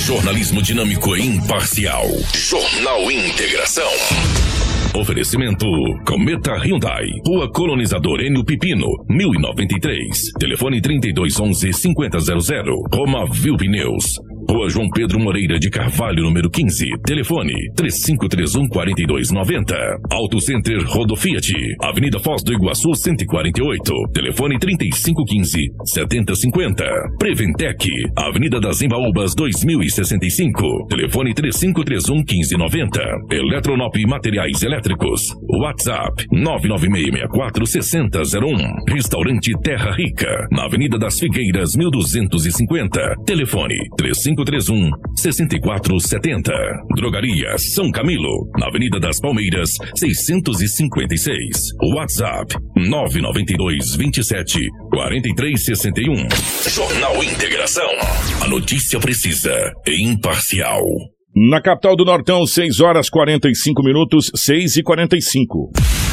Jornalismo dinâmico e imparcial. Jornal Integração. Oferecimento Cometa Hyundai, Rua Colonizador Enio Pipino, 1093. Telefone 3211-5000. Romavil Pneus, Rua João Pedro Moreira de Carvalho, número 15. Telefone 3531-4290. Auto Center Rodo Fiat, Avenida Foz do Iguaçu 148. Telefone 3515-7050. Preventec, Avenida das Embaúbas 2065. Telefone 3531-1590. Eletronop Materiais Elétricos. WhatsApp 99664-6001. Restaurante Terra Rica, na Avenida das Figueiras 1250. Telefone 3531-6470. Drogaria São Camilo, na Avenida das Palmeiras 656. WhatsApp 99227-4361. Jornal Integração. A notícia precisa e imparcial. Na capital do Nortão, 6 horas 45 minutos, 6h45.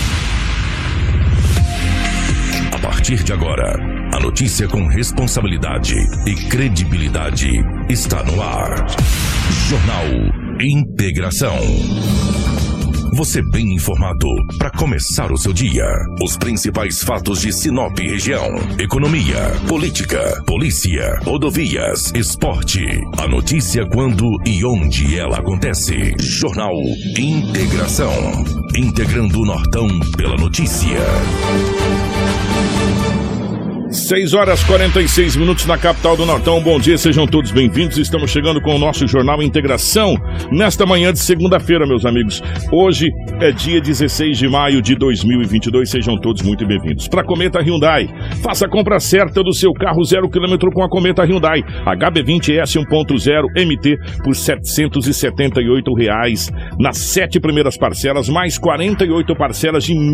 A partir de agora, a notícia com responsabilidade e credibilidade está no ar. Jornal Integração. Você bem informado para começar o seu dia. Os principais fatos de Sinop e região. Economia, política, polícia, rodovias, esporte. A notícia quando e onde ela acontece. Jornal Integração. Integrando o Nortão pela notícia. 6 horas 46 minutos na capital do Nortão. Bom dia, sejam todos bem-vindos. Estamos chegando com o nosso Jornal Integração nesta manhã de segunda-feira, meus amigos. Hoje é dia 16 de maio de 2022. Sejam todos muito bem-vindos. Para Cometa Hyundai, faça a compra certa do seu carro 0 km com a Cometa Hyundai. HB20S 1.0 MT por R$ 778 nas 7 primeiras parcelas, mais 48 parcelas de R$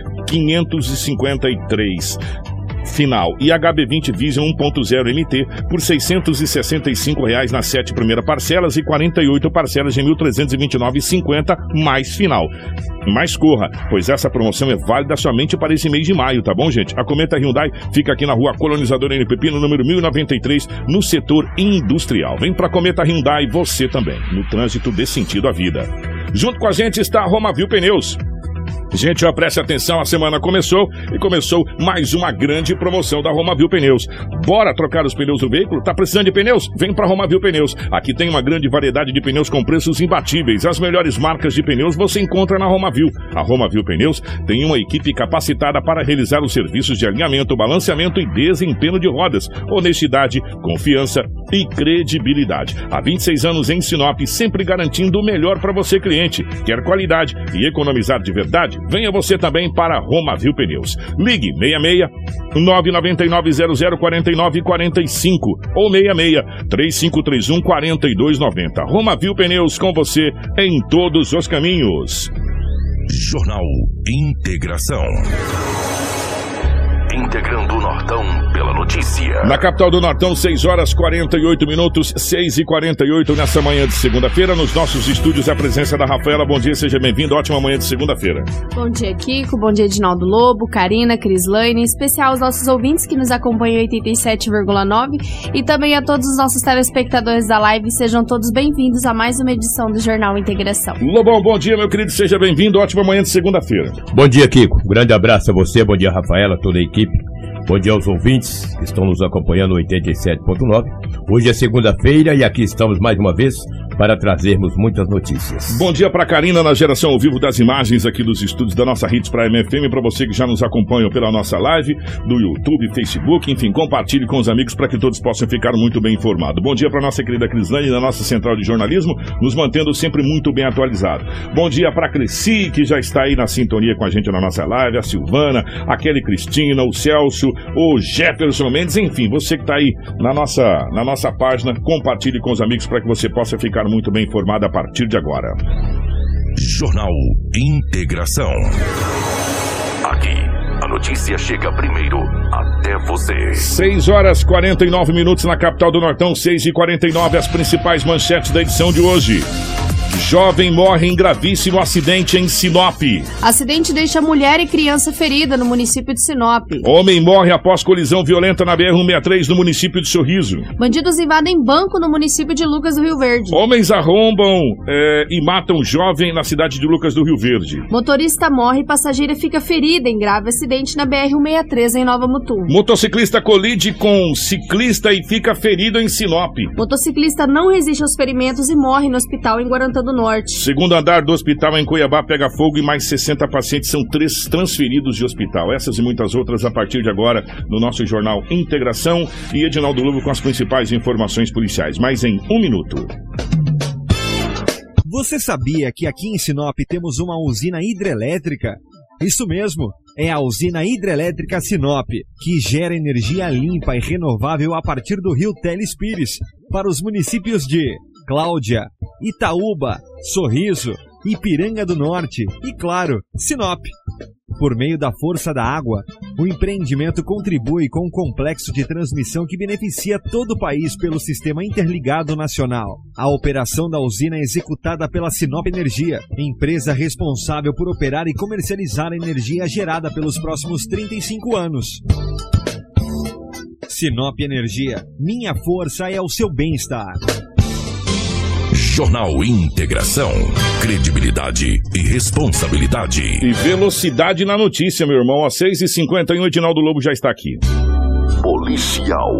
1.553. Final. E HB20 Vision 1.0 MT por R$ 665 nas 7 primeiras parcelas e 48 parcelas de R$ 1.329,50 mais final. Mas corra, pois essa promoção é válida somente para esse mês de maio, tá bom, gente? A Cometa Hyundai fica aqui na Rua Colonizador Enio Pipino, número 1093, no setor industrial. Vem pra Cometa Hyundai, você também, no trânsito dê sentido à vida. Junto com a gente está a Romavil Pneus. Gente, ó, preste atenção, a semana começou e começou mais uma grande promoção da Romavil Pneus. Bora trocar os pneus do veículo? Tá precisando de pneus? Vem pra Romavil Pneus. Aqui tem uma grande variedade de pneus com preços imbatíveis. As melhores marcas de pneus você encontra na Romavil. A Romavil Pneus tem uma equipe capacitada para realizar os serviços de alinhamento, balanceamento e desempenho de rodas. Honestidade, confiança e credibilidade. Há 26 anos em Sinop, sempre garantindo o melhor para você, cliente. Quer qualidade e economizar de verdade? Venha você também para Romavil Pneus. Ligue 66-999-004945 ou 66-3531-4290. Romavil Pneus com você em todos os caminhos. Jornal Integração. Integrando o Nortão pela notícia. Na capital do Nortão, 6 horas 48 minutos, 6h48 nessa manhã de segunda-feira. Nos nossos estúdios, a presença da Rafaela. Bom dia, seja bem-vindo. Ótima manhã de segunda-feira. Bom dia, Kiko. Bom dia, Edinaldo Lobo, Karina, Crislaine. Em especial aos nossos ouvintes que nos acompanham em 87,9 e também a todos os nossos telespectadores da live. Sejam todos bem-vindos a mais uma edição do Jornal Integração. Lobão, bom dia, meu querido. Seja bem-vindo. Ótima manhã de segunda-feira. Bom dia, Kiko. Um grande abraço a você. Bom dia, Rafaela, toda a equipe. Bom dia aos ouvintes que estão nos acompanhando no 87.9. Hoje é segunda-feira e aqui estamos mais uma vez para trazermos muitas notícias. Bom dia para Karina na geração ao vivo das imagens aqui dos estúdios da nossa Hits Prime FM. Para você que já nos acompanha pela nossa live do YouTube, Facebook, enfim, compartilhe com os amigos para que todos possam ficar muito bem informados. Bom dia para nossa querida Crislane da nossa central de jornalismo, nos mantendo sempre muito bem atualizado. Bom dia para a Cresci, que já está aí na sintonia com a gente na nossa live, a Silvana, a Kelly Cristina, o Celso, o Jefferson Mendes, enfim, você que está aí na nossa página, compartilhe com os amigos para que você possa ficar muito bem informado a partir de agora. Jornal Integração. Aqui, a notícia chega primeiro até você. 6 horas 49 minutos na capital do Nortão, 6h49, as principais manchetes da edição de hoje. Jovem morre em gravíssimo acidente em Sinop. Acidente deixa mulher e criança ferida no município de Sinop. Homem morre após colisão violenta na BR-163 no município de Sorriso. Bandidos invadem banco no município de Lucas do Rio Verde. Homens arrombam e matam jovem na cidade de Lucas do Rio Verde. Motorista morre e passageira fica ferida em grave acidente na BR-163 em Nova Mutum. Motociclista colide com ciclista e fica ferido em Sinop. Motociclista não resiste aos ferimentos e morre no hospital em Guarantã do Norte. Segundo andar do hospital em Cuiabá pega fogo e mais 60 pacientes são transferidos de hospital. Essas e muitas outras a partir de agora no nosso jornal Integração e Edinaldo Lobo com as principais informações policiais. Mais em 1 minuto. Você sabia que aqui em Sinop temos uma usina hidrelétrica? Isso mesmo, é a usina hidrelétrica Sinop, que gera energia limpa e renovável a partir do rio Telespires para os municípios de Cláudia, Itaúba, Sorriso, Ipiranga do Norte e, claro, Sinop. Por meio da força da água, o empreendimento contribui com um complexo de transmissão que beneficia todo o país pelo Sistema Interligado Nacional. A operação da usina é executada pela Sinop Energia, empresa responsável por operar e comercializar a energia gerada pelos próximos 35 anos. Sinop Energia, minha força é o seu bem-estar. Jornal Integração, credibilidade e responsabilidade. E velocidade na notícia, meu irmão. Às 6h51, o Edinaldo Lobo já está aqui. Policial.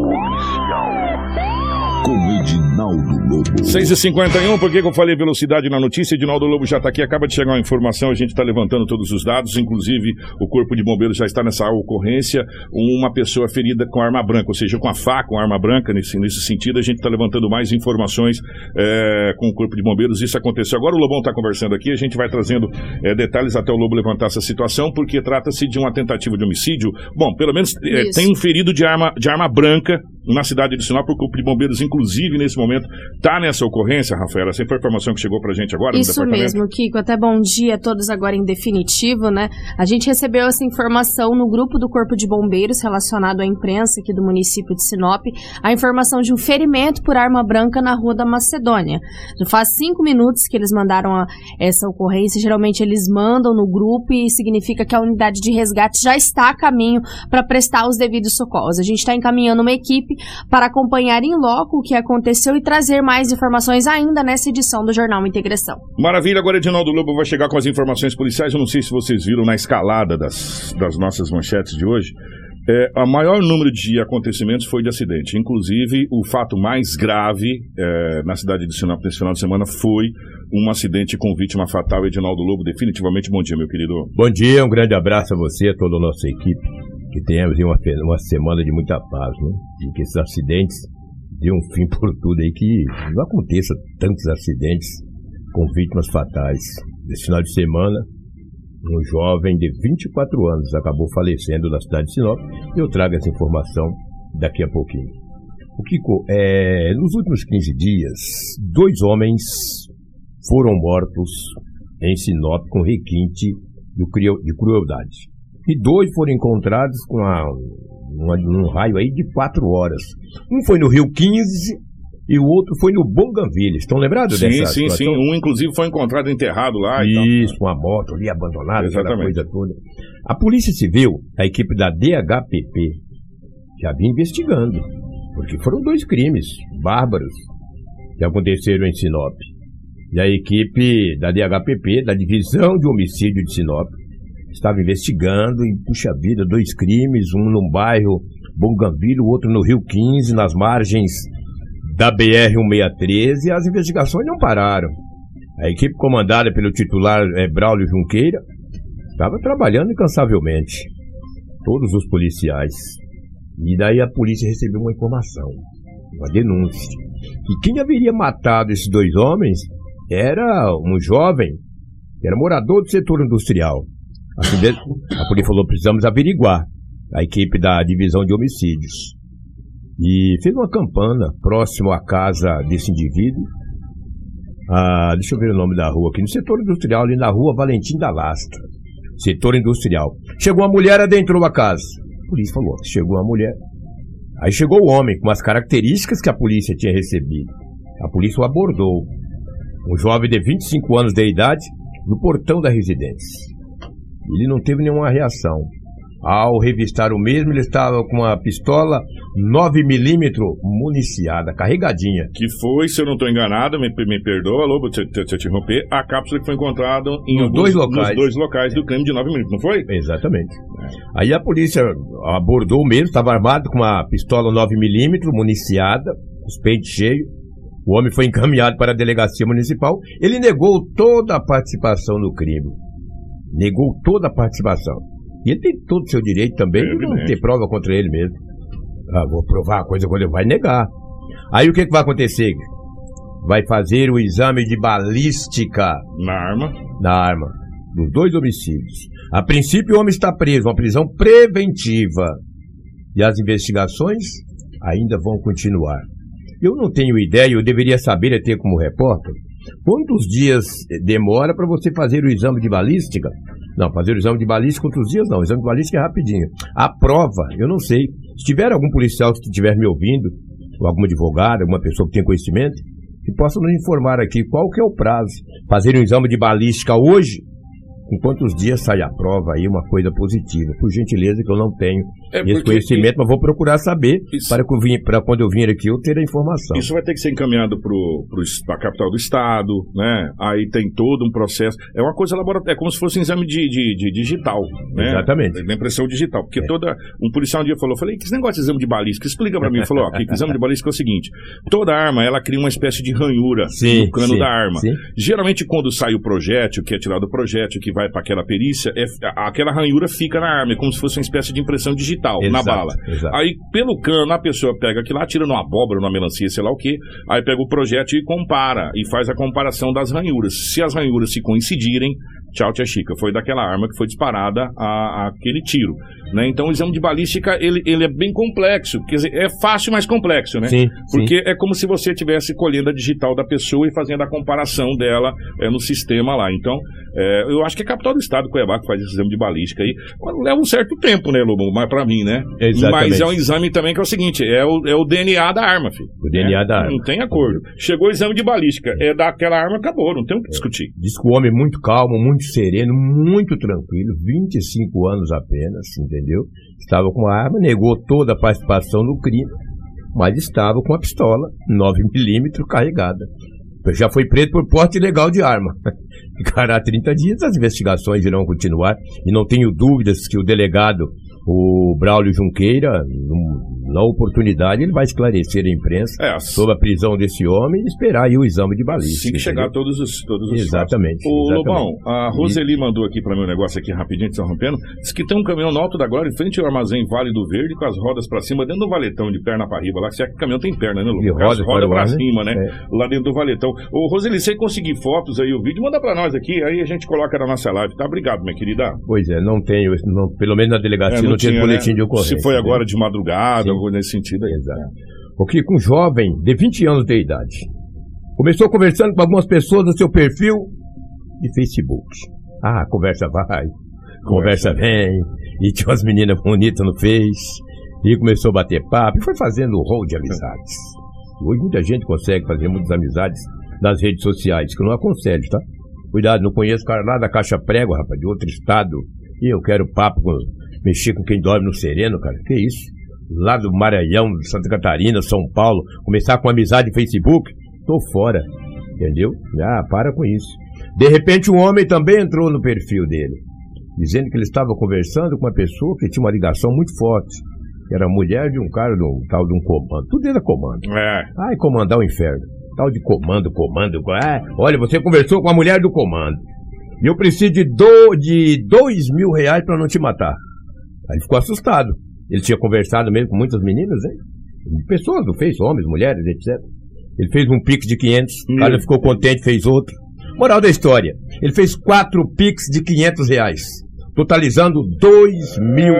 Com Edinaldo Lobo. 6h51, por que eu falei velocidade na notícia? Edinaldo Lobo já está aqui, acaba de chegar uma informação, a gente está levantando todos os dados, inclusive o Corpo de Bombeiros já está nessa ocorrência, uma pessoa ferida com arma branca, ou seja, com a faca, com arma branca, nesse sentido, a gente está levantando mais informações com o Corpo de Bombeiros, isso aconteceu. Agora o Lobão está conversando aqui, a gente vai trazendo detalhes até o Lobo levantar essa situação, porque trata-se de uma tentativa de homicídio. Bom, pelo menos tem um ferido de arma branca na cidade de Sinop, porque o Corpo de Bombeiros, inclusive, nesse momento, está nessa ocorrência, Rafaela. Essa foi a informação que chegou pra gente agora Isso no departamento. mesmo, Kiko. Até bom dia a todos agora em definitivo, né? A gente recebeu essa informação no grupo do Corpo de Bombeiros relacionado à imprensa aqui do município de Sinop, a informação de um ferimento por arma branca na Rua da Macedônia. Já faz 5 minutos que eles mandaram essa ocorrência. Geralmente eles mandam no grupo e significa que a unidade de resgate já está a caminho para prestar os devidos socorros. A gente está encaminhando uma equipe para acompanhar em loco o que aconteceu e trazer mais informações ainda nessa edição do Jornal Integração. Maravilha, agora Edinaldo Lobo vai chegar com as informações policiais. Eu não sei se vocês viram na escalada das nossas manchetes de hoje. O maior número de acontecimentos foi de acidente. Inclusive, o fato mais grave na cidade de Sinop nesse final de semana foi um acidente com vítima fatal. Edinaldo Lobo, definitivamente bom dia, meu querido. Bom dia, um grande abraço a você, a toda a nossa equipe. Que tenhamos uma semana de muita paz, né? E que esses acidentes dêem um fim por tudo aí, que não aconteça tantos acidentes com vítimas fatais. Nesse final de semana, um jovem de 24 anos acabou falecendo na cidade de Sinop. Eu trago essa informação daqui a pouquinho. O Kiko, nos últimos 15 dias, 2 homens foram mortos em Sinop com requinte de crueldade. E 2 foram encontrados com um raio aí de 4 horas. Um foi no Rio 15 e o outro foi no Bougainville. Estão lembrados dessa situação? Sim. Um, inclusive, foi encontrado enterrado lá. Isso, com a moto ali abandonada, aquela coisa toda. A Polícia Civil, a equipe da DHPP, já vinha investigando. Porque foram 2 crimes bárbaros que aconteceram em Sinop. E a equipe da DHPP, da Divisão de Homicídio de Sinop, estava investigando e, puxa vida, 2 crimes, um no bairro Bougainville, o outro no Rio 15, nas margens da BR-163, e as investigações não pararam. A equipe comandada pelo titular Braulio Junqueira estava trabalhando incansavelmente. Todos os policiais. E daí a polícia recebeu uma informação, uma denúncia. E quem haveria matado esses 2 homens era um jovem, que era morador do setor industrial. A polícia falou, precisamos averiguar. A equipe da divisão de homicídios. E fez uma campana próximo à casa desse indivíduo. Deixa eu ver o nome da rua aqui. No setor industrial, ali na rua Valentim da Lastra. Setor industrial. Chegou uma mulher, adentrou a casa. A polícia falou, chegou uma mulher. Aí chegou o homem com as características que a polícia tinha recebido. A polícia o abordou. um jovem de 25 anos de idade, no portão da residência. Ele não teve nenhuma reação. Ao revistar o mesmo, ele estava com uma pistola 9mm municiada, carregadinha. Que foi, se eu não estou enganado, me perdoa, Lobo, se eu te interromper, a cápsula que foi encontrada nos dois locais do crime de 9mm, não foi? Exatamente. Aí a polícia abordou o mesmo, estava armado com uma pistola 9mm municiada, os peitos cheios. O homem foi encaminhado para a delegacia municipal. Ele negou toda a participação no crime. Negou toda a participação. E ele tem todo o seu direito também de não ter prova contra ele mesmo. Vou provar a coisa quando ele vai negar. Aí o que vai acontecer? Vai fazer o exame de balística na arma dos 2 homicídios. A princípio o homem está preso, uma prisão preventiva. E as investigações ainda vão continuar. Eu não tenho ideia, eu deveria saber até como repórter, quantos dias demora para você fazer o exame de balística? Não, fazer o exame de balística quantos dias não, o exame de balística é rapidinho. A prova, eu não sei. Se tiver algum policial que estiver me ouvindo, ou algum advogado, alguma pessoa que tenha conhecimento, que possa nos informar aqui qual que é o prazo. Fazer um exame de balística hoje, em quantos dias sai a prova aí, uma coisa positiva. Por gentileza, que eu não tenho esse conhecimento, mas vou procurar saber para quando eu vir aqui eu ter a informação. Isso vai ter que ser encaminhado para a capital do estado, né? Aí tem todo um processo. É uma coisa laboratória, é como se fosse um exame de digital, né? Exatamente. Da impressão digital. Porque um policial um dia falou, falei, que esse negócio de exame de balística? Explica para mim. Ele falou, que exame de balística é o seguinte, toda arma, ela cria uma espécie de ranhura no cano da arma. Sim. Geralmente, quando sai o projétil, que é tirado do projétil, que vai para aquela perícia, aquela ranhura fica na arma, é como se fosse uma espécie de impressão digital. Na bala. Exato. Aí, pelo cano, a pessoa pega aquilo lá, tira numa abóbora, numa melancia, sei lá o que, aí pega o projétil e compara, e faz a comparação das ranhuras. Se as ranhuras se coincidirem, tchau, tia Chica, foi daquela arma que foi disparada aquele tiro, né? Então, o exame de balística, ele é bem complexo, quer dizer, é fácil, mas complexo, né? Sim, porque é como se você estivesse colhendo a digital da pessoa e fazendo a comparação dela no sistema lá. Então, eu acho que é a capital do estado, Cuiabá, que faz esse exame de balística aí. Leva um certo tempo, né, Lobo? Mas pra mim, né? Exatamente. Mas é um exame também que é o seguinte, é o DNA da arma, filho. O DNA da arma. Não tem acordo. Chegou o exame de balística, é daquela arma, acabou, não tem o que discutir. Diz que o homem é muito calmo, muito sereno, muito tranquilo, 25 anos apenas, entendeu? Estava com a arma, negou toda a participação no crime, mas estava com a pistola 9mm carregada. Já foi preso por porte ilegal de arma. Ficará 30 dias, as investigações irão continuar, e não tenho dúvidas que o delegado, o Braulio Junqueira, na oportunidade, ele vai esclarecer a imprensa sobre a prisão desse homem e esperar aí o exame de balística. Tem que chegar todos os Exatamente. Lobão, a Roseli mandou aqui para mim um negócio aqui rapidinho, que está rompendo. Diz que tem um caminhão no Alto da Glória, em frente ao armazém Vale do Verde, com as rodas para cima, dentro do valetão, de perna para riba lá, que o caminhão tem perna, né, Lobão? Rodas para cima, né? Lá dentro do valetão. Ô, Roseli, se você conseguir fotos aí, o vídeo, manda para nós aqui, aí a gente coloca na nossa live, tá? Obrigado, minha querida. Pois é, não tenho, pelo menos na delegacia não tinha boletim de ocorrência. Se foi agora de madrugada, algo nesse sentido aí. Exato. Porque com um jovem de 20 anos de idade, começou conversando com algumas pessoas no seu perfil de Facebook. Conversa vai, conversa vem, e tinha umas meninas bonitas no Face, e começou a bater papo, e foi fazendo um rol de amizades. Hoje muita gente consegue fazer muitas amizades nas redes sociais, que eu não aconselho, tá? Cuidado, não conheço o cara lá da Caixa Prego, rapaz, de outro estado, e eu quero papo mexer com quem dorme no sereno, cara, que isso? Lá do Maranhão, Santa Catarina, São Paulo, começar com amizade no Facebook, tô fora, entendeu? Para com isso. De repente um homem também entrou no perfil dele, dizendo que ele estava conversando com uma pessoa que tinha uma ligação muito forte, que era mulher de um cara, tal de um comando, tudo era comando. Comandar o inferno, tal de comando, olha, você conversou com a mulher do comando, e eu preciso de R$2.000 para não te matar. Aí ele ficou assustado. Ele tinha conversado mesmo com muitas meninas, né? Pessoas do Face, homens, mulheres, etc. Ele fez um Pix de 500, o cara ficou contente, fez outro. Moral da história, ele fez 4 Pix de R$500, totalizando R$2.000.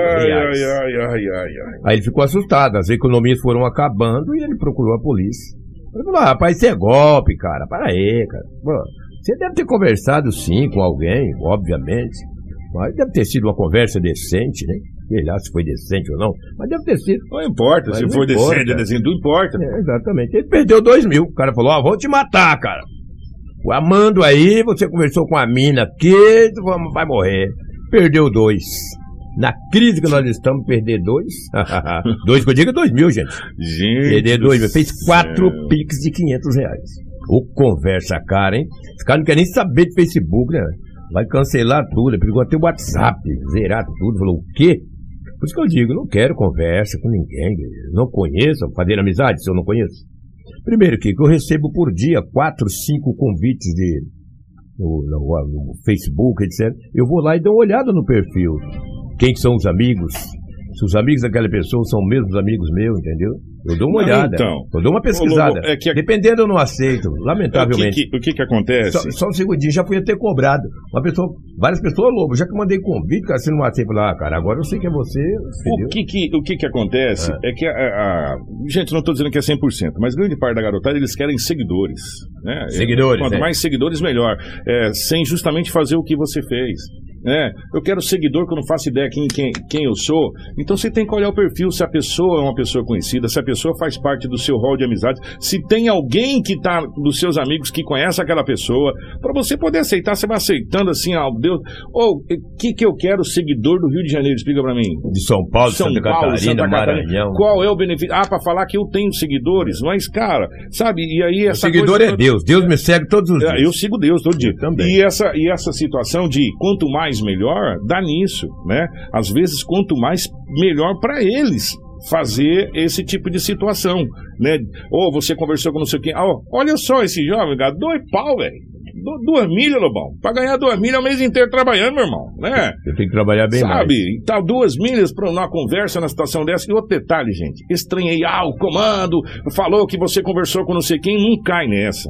Aí ele ficou assustado, as economias foram acabando e ele procurou a polícia. Ele falou, rapaz, isso é golpe, cara, para aí, cara. Pô, você deve ter conversado sim com alguém, obviamente, mas deve ter sido uma conversa decente, né? Sei lá se foi decente ou não, mas deve ter sido. Não importa, se foi decente ou decente, não importa. Exatamente. Ele perdeu R$2.000. O cara falou, vou te matar, cara. Amando aí, você conversou com a mina aqui, vai morrer. Perdeu 2. Na crise que nós estamos, perder 2. 2 que eu digo é 2 mil, gente. Perder 2 mil. Fez 4 piques de R$500. Ô, conversa cara, hein? Esse cara não quer nem saber de Facebook, né? Vai cancelar tudo. Ele pegou até o WhatsApp, zerar tudo. Falou, o quê? Por isso que eu digo, não quero conversa com ninguém. Não conheço, fazer amizade se eu não conheço. Primeiro que eu recebo por dia 4, 5 convites no Facebook, etc. Eu vou lá e dou uma olhada no perfil. Quem são os amigos? Se os amigos daquela pessoa são mesmos amigos meus, entendeu? Eu dou uma olhada, eu dou uma pesquisada. Dependendo, eu não aceito, lamentavelmente. O que acontece? Só um segundinho, já podia ter cobrado. Várias pessoas, Lobo, já que eu mandei convite, cara, você não aceita. Cara, agora eu sei que é você. O que acontece é que gente, não estou dizendo que é 100%, mas grande parte da garotada, eles querem seguidores. Né? Seguidores, quanto mais seguidores, melhor. Sem justamente fazer o que você fez. Eu quero seguidor que eu não faço ideia quem eu sou. Então você tem que olhar o perfil, se a pessoa é uma pessoa conhecida, se a pessoa faz parte do seu rol de amizade, se tem alguém que tá dos seus amigos que conhece aquela pessoa, para você poder aceitar. Você vai aceitando assim, Deus, o que eu quero seguidor do Rio de Janeiro, explica para mim. De São Paulo, Santa Catarina, Maranhão. Qual é o benefício? Para falar que eu tenho seguidores, mas cara, sabe, e aí essa o seguidor coisa, é Deus me segue todos os dias. Eu sigo Deus todo dia. Eu também. E essa situação de quanto mais melhor, dá nisso, né? Às vezes, quanto mais melhor para eles fazer esse tipo de situação, né? Ou você conversou com não sei quem, olha só esse jovem, cara, 2 pau, velho. 2 milhas, Lobão. Pra ganhar 2 milhas é o mês inteiro trabalhando, meu irmão, né? Eu tenho que trabalhar bem mais. Sabe? Tá 2 milhas pra uma conversa na situação dessa. E outro detalhe, gente. Estranhei, o comando falou que você conversou com não sei quem. Não cai nessa.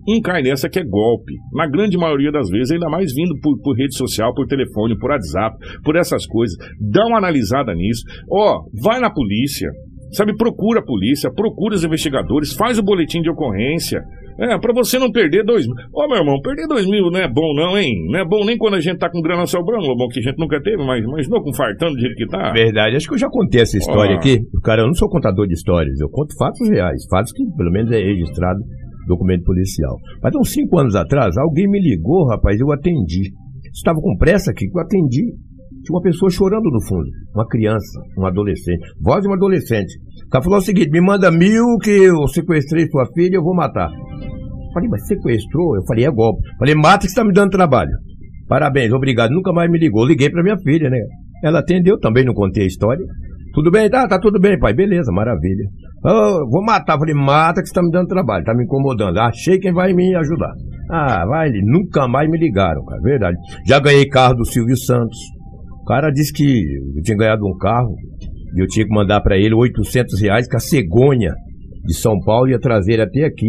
Que é golpe. Na grande maioria das vezes, ainda mais vindo por rede social, por telefone, por WhatsApp, por essas coisas. Dá uma analisada nisso. Vai na polícia. Sabe, procura a polícia, procura os investigadores, faz o boletim de ocorrência. Pra você não perder 2 mil. Meu irmão, perder 2 mil não é bom não, hein? Não é bom nem quando a gente tá com grana sobrando, bom, que a gente nunca teve, mas não com fartando do jeito que tá. Verdade, acho que eu já contei essa história aqui. Cara, eu não sou contador de histórias, eu conto fatos reais, fatos que pelo menos é registrado documento policial. Mas há uns 5 anos atrás, alguém me ligou, rapaz, eu atendi. Estava com pressa aqui, eu atendi. Tinha uma pessoa chorando no fundo, uma criança, um adolescente, voz de um adolescente. O cara falou o seguinte, me manda 1.000 que eu sequestrei sua filha e eu vou matar. Falei, mas sequestrou? Eu falei, é golpe. Falei, mata que você tá me dando trabalho. Parabéns, obrigado, nunca mais me ligou. Liguei pra minha filha, né? Ela atendeu, também não contei a história. Tudo bem? Tá tudo bem, pai. Beleza, maravilha. Vou matar. Falei, mata que você tá me dando trabalho, tá me incomodando. Achei quem vai me ajudar. Vai, nunca mais me ligaram, cara, verdade. Já ganhei carro do Silvio Santos. O cara disse que eu tinha ganhado um carro e eu tinha que mandar pra ele R$800 que a cegonha de São Paulo ia trazer até aqui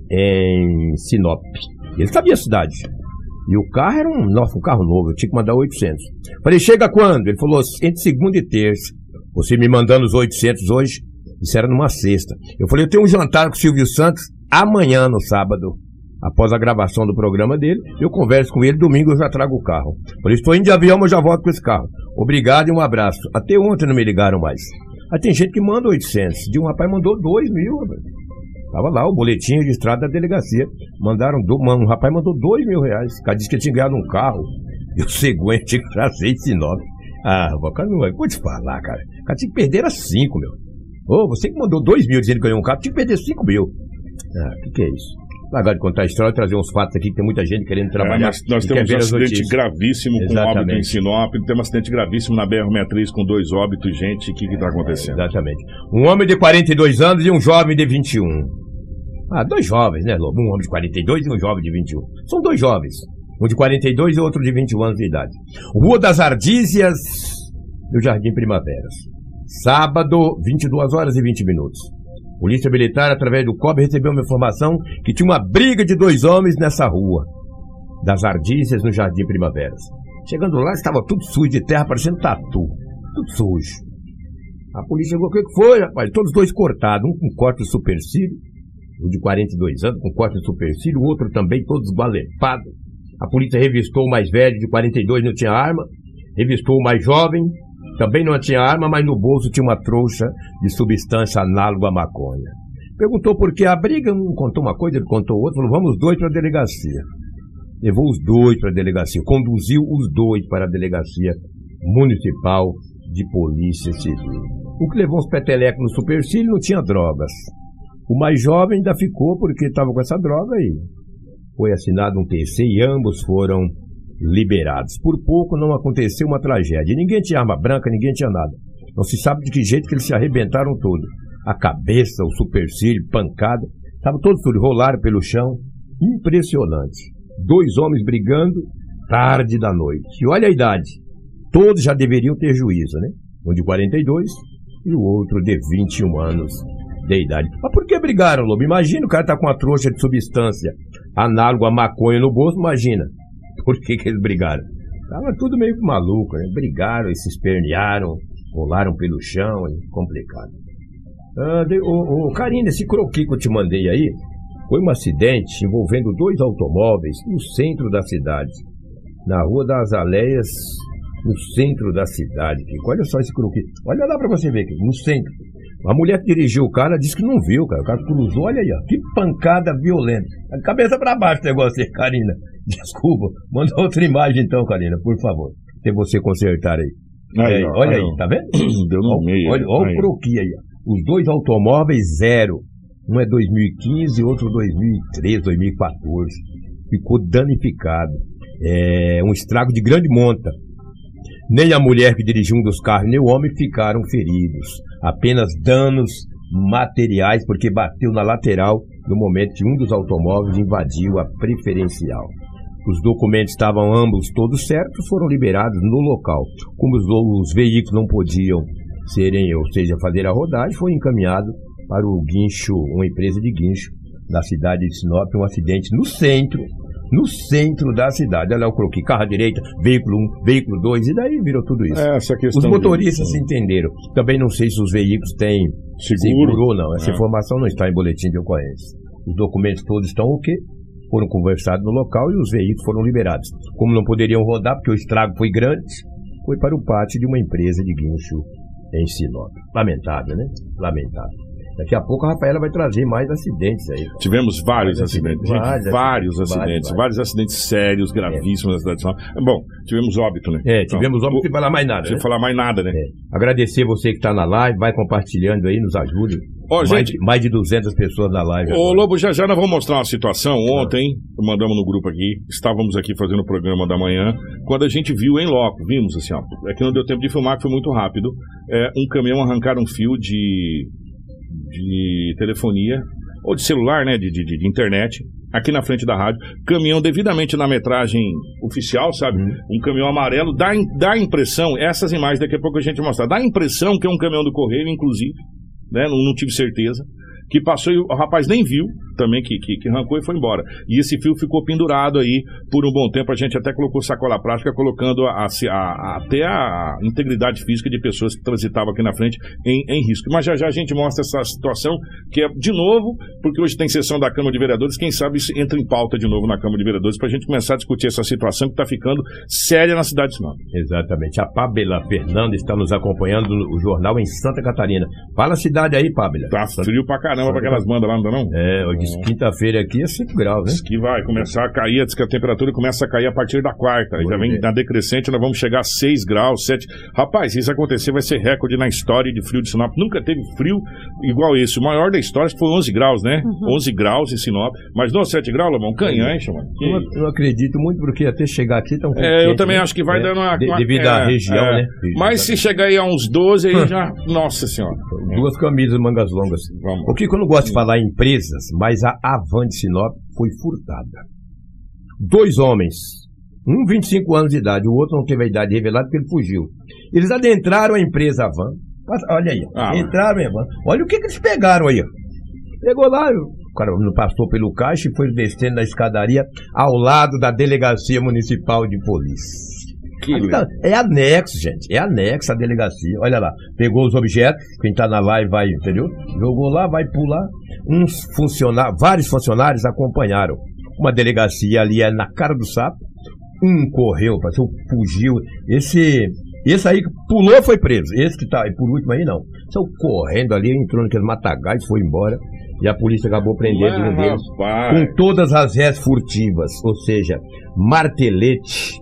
em Sinop. Ele sabia a cidade. E o carro era um carro novo, eu tinha que mandar 800. Falei, chega quando? Ele falou, entre segunda e terça. Você me mandando os 800 hoje? Isso era numa sexta. Eu falei, eu tenho um jantar com o Silvio Santos amanhã, no sábado. Após a gravação do programa dele, eu converso com ele, domingo eu já trago o carro. Falei, estou indo de avião, mas já volto com esse carro. Obrigado e um abraço. Até ontem não me ligaram mais. Aí tem gente que manda 800. De um rapaz mandou 2 mil, rapaz. Tava lá o boletim registrado da delegacia. Um rapaz mandou R$2.000. O cara disse que tinha ganhado um carro. E o cegonha tinha que trazer esse nome. O cara não vai. Vou te falar, cara. O cara tinha que perder 5, meu. Você que mandou 2 mil dizendo que ganhou um carro, tinha que perder 5 mil. Que é isso? Largar de contar a história, trazer uns fatos aqui que tem muita gente querendo trabalhar. Nós temos um acidente gravíssimo com óbito em Sinop. Temos um acidente gravíssimo na BR-63 com 2 óbitos, gente. O que está acontecendo? Exatamente. Um homem de 42 anos e um jovem de 21. 2 jovens, né, Lobo? Um homem de 42 e um jovem de 21. São 2 jovens. Um de 42 e outro de 21 anos de idade. Rua das Ardízias, do Jardim Primaveras. Sábado, 22 horas e 20 minutos. Polícia Militar, através do COB, recebeu uma informação que tinha uma briga de 2 homens nessa rua das Ardízias, no Jardim Primaveras. Chegando lá, estava tudo sujo de terra, parecendo tatu. Tudo sujo. A polícia chegou, o que foi, rapaz? Todos 2 cortados, um com corte de supercílio, um de 42 anos, com corte de supercílio, o outro também, todos esgualepados. A polícia revistou o mais velho, de 42, não tinha arma. Revistou o mais jovem, também não tinha arma, mas no bolso tinha uma trouxa de substância análoga à maconha. Perguntou por que a briga, um contou uma coisa, ele contou outra, falou, vamos os dois para a delegacia. Levou os dois para a delegacia, conduziu os dois para a delegacia municipal de polícia civil. O que levou uns petelecos no supercílio não tinha drogas. O mais jovem ainda ficou porque estava com essa droga e foi assinado um TC e ambos foram liberados. Por pouco não aconteceu uma tragédia. Ninguém tinha arma branca, ninguém tinha nada. Não se sabe de que jeito que eles se arrebentaram todos. A cabeça, o supercílio, pancada. Estavam todos rolaram pelo chão. Impressionante. 2 homens brigando tarde da noite. E olha a idade. Todos já deveriam ter juízo, né? Um de 42 e o outro de 21 anos de idade. Mas por que brigaram, Lobo? Imagina o cara tá com uma trouxa de substância análogo a maconha no bolso, imagina. Por que eles brigaram? Tava tudo meio maluco, né? Brigaram e se espernearam, rolaram pelo chão, complicado. Karina, esse croquis que eu te mandei aí foi um acidente envolvendo 2 automóveis no centro da cidade, na Rua das Aleias, no centro da cidade. Olha só esse croquis. Olha lá pra você ver aqui, no centro. A mulher que dirigiu o cara disse que não viu, cara. O cara cruzou, olha aí, ó. Que pancada violenta. Cabeça pra baixo o negócio aí, Karina. Desculpa. Manda outra imagem então, Karina, por favor. Tem você consertar aí. Aí olha aí, tá vendo? Deu no meio. Olha o croquis aí, ó. Os 2 automóveis, 0. Um é 2015 e outro 2013, 2014. Ficou danificado. É um estrago de grande monta. Nem a mulher que dirigiu um dos carros, nem o homem ficaram feridos. Apenas danos materiais, porque bateu na lateral no momento que um dos automóveis invadiu a preferencial. Os documentos estavam ambos todos certos, foram liberados no local. Como os veículos não podiam fazer a rodagem, foi encaminhado para o guincho, uma empresa de guincho da cidade de Sinop, um acidente no centro da cidade. Olha lá o croquis, carro à direita, veículo 1, veículo 2, e daí virou tudo isso. Essa questão os motoristas se entenderam. Também não sei se os veículos têm seguro ou não. Essa informação não está em boletim de ocorrência. Os documentos todos estão o quê? Foram conversados no local e os veículos foram liberados. Como não poderiam rodar, porque o estrago foi grande, foi para o pátio de uma empresa de guincho em Sinop. Lamentável, né? Lamentável. Daqui a pouco a Rafaela vai trazer mais acidentes aí. Tivemos vários acidentes. Vários acidentes sérios, gravíssimos na cidade de Sinop. Bom, tivemos óbito, né? Tivemos óbito, não precisa falar mais nada. Não precisa falar mais nada, né? Agradecer você que está na live, vai compartilhando aí, nos ajude. Mais de 200 pessoas na live. Ô, Lobo, já nós vamos mostrar uma situação. Ontem, mandamos no grupo aqui, estávamos aqui fazendo o programa da manhã, quando a gente viu em loco, vimos assim, ó, é que não deu tempo de filmar, que foi muito rápido, um caminhão arrancar um fio de telefonia, ou de celular, né, de internet, aqui na frente da rádio, caminhão devidamente na metragem oficial, sabe, um caminhão amarelo, dá a impressão, essas imagens daqui a pouco a gente vai mostrar, dá a impressão que é um caminhão do Correio, inclusive, né, não tive certeza, que passou e o rapaz nem viu também, que arrancou e foi embora. E esse fio ficou pendurado aí por um bom tempo. A gente até colocou sacola plástica, colocando até a integridade física de pessoas que transitavam aqui na frente em risco. Mas já a gente mostra essa situação, que é, de novo, porque hoje tem sessão da Câmara de Vereadores, quem sabe isso entra em pauta de novo na Câmara de Vereadores, para a gente começar a discutir essa situação que está ficando séria na cidade de Sinop. Exatamente. A Pábila Fernanda está nos acompanhando no jornal em Santa Catarina. Fala a cidade aí, Pábila. Tá frio pra caramba pra aquelas bandas lá, não tá não? Hoje quinta-feira aqui é 5 graus, né? Diz que vai começar a cair, diz que a temperatura começa a cair a partir da quarta. Já vem na decrescente, nós vamos chegar a 6 graus, 7. Rapaz, se isso acontecer, vai ser recorde na história de frio de Sinop. Nunca teve frio igual esse. O maior da história foi 11 graus, né? 11 graus em Sinop. Mas não 7 graus, Lobão? Canhancha, mano. Eu acredito muito, porque até chegar aqui tá um pouco quente, eu também acho que vai dando uma... Devido à região, né? Mas se chegar aí a uns 12, aí já... Nossa Senhora. 2 camisas, mangas longas. Vamos. O que eu não gosto de falar em empresas, mas a Avan de Sinop foi furtada. 2 homens, um 25 anos de idade, o outro não teve a idade revelada porque ele fugiu. Eles adentraram a empresa Avan. Olha aí, entraram em Avan. Olha o que eles pegaram aí. Pegou lá, o cara passou pelo caixa e foi descendo na escadaria ao lado da Delegacia Municipal de Polícia. É anexo, gente. É anexo a delegacia. Olha lá. Pegou os objetos. Quem tá na live vai, entendeu? Jogou lá, vai pular. Vários funcionários acompanharam. Uma delegacia ali é na cara do sapo. Um correu, passou, fugiu. Esse aí que pulou foi preso. Esse que tá aí por último aí não. Saiu correndo ali, entrou naquele matagais, foi embora. E a polícia acabou prendendo um deles rapaz. com todas as réis furtivas, ou seja, martelete,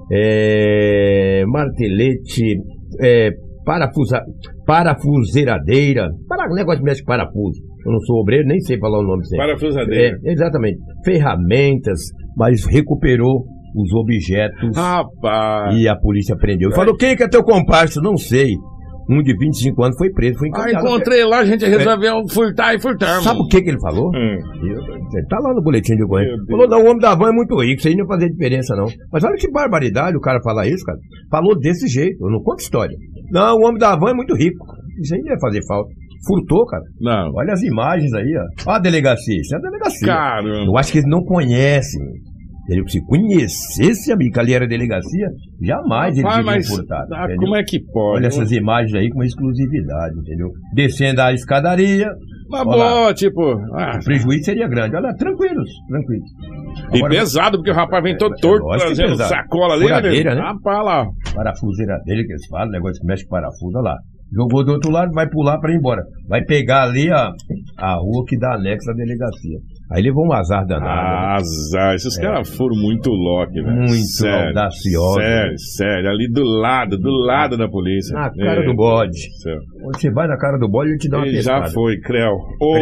parafuseiradeira, negócio de mexe com parafuso. Eu não sou obreiro, nem sei falar o nome certo. Parafusadeira. Exatamente. Ferramentas, mas recuperou os objetos. Rapaz. E a polícia prendeu. Falou, quem que é teu comparsa? Não sei. Um de 25 anos foi preso, foi encaminhado. Encontrei lá, a gente resolveu furtar e furtar. Sabe o que ele falou? Tá lá no boletim de ocorrência. Falou, não, o homem da van é muito rico, isso aí não ia fazer diferença, não. Mas olha que barbaridade o cara falar isso, cara. Falou desse jeito, eu não conto história. Não, o homem da van é muito rico. Isso aí não ia fazer falta. Furtou, cara. Não. Olha as imagens aí, ó. Olha a delegacia, isso é a delegacia. Caramba. Eu acho que eles não conhecem. Se conhecesse, amigo, que ali era delegacia, jamais eles teriam furtado. Como é que pode? Olha essas imagens aí com uma exclusividade, entendeu? Descendo a escadaria. Mas boa, tipo... o prejuízo seria grande. Olha, tranquilos. Agora, e pesado, porque o rapaz vem todo torto, trazendo sacola ali. Furadeira, né? Rapaz, lá. Parafuseira dele, que eles falam, negócio que mexe com parafuso, olha lá. Jogou do outro lado, vai pular pra ir embora. Vai pegar ali a rua que dá anexo à delegacia. Aí levou um azar danado. Azar. Esses caras foram muito loucos, velho. Muito audaciosos. Sério. Ali do lado da polícia. Na cara do bode. Quando você vai na cara do bode, ele te dá uma pescada. Já foi, Creu.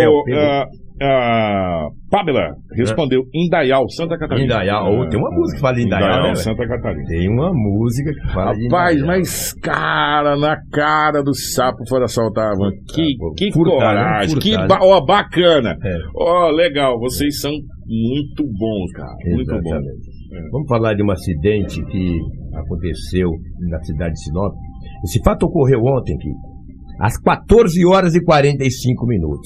Pamela respondeu Indaial, Santa Catarina. Indaial. Tem uma música que fala Indaial, né, Santa Catarina. Tem uma música que fala de Indaial. Rapaz, mas cara, na cara do sapo foram assaltar, mano. Que coragem, que bacana. Legal, vocês são muito bons, cara. Muito bons. Vamos falar de um acidente que aconteceu na cidade de Sinop. Esse fato ocorreu ontem aqui, às 14 horas e 45 minutos.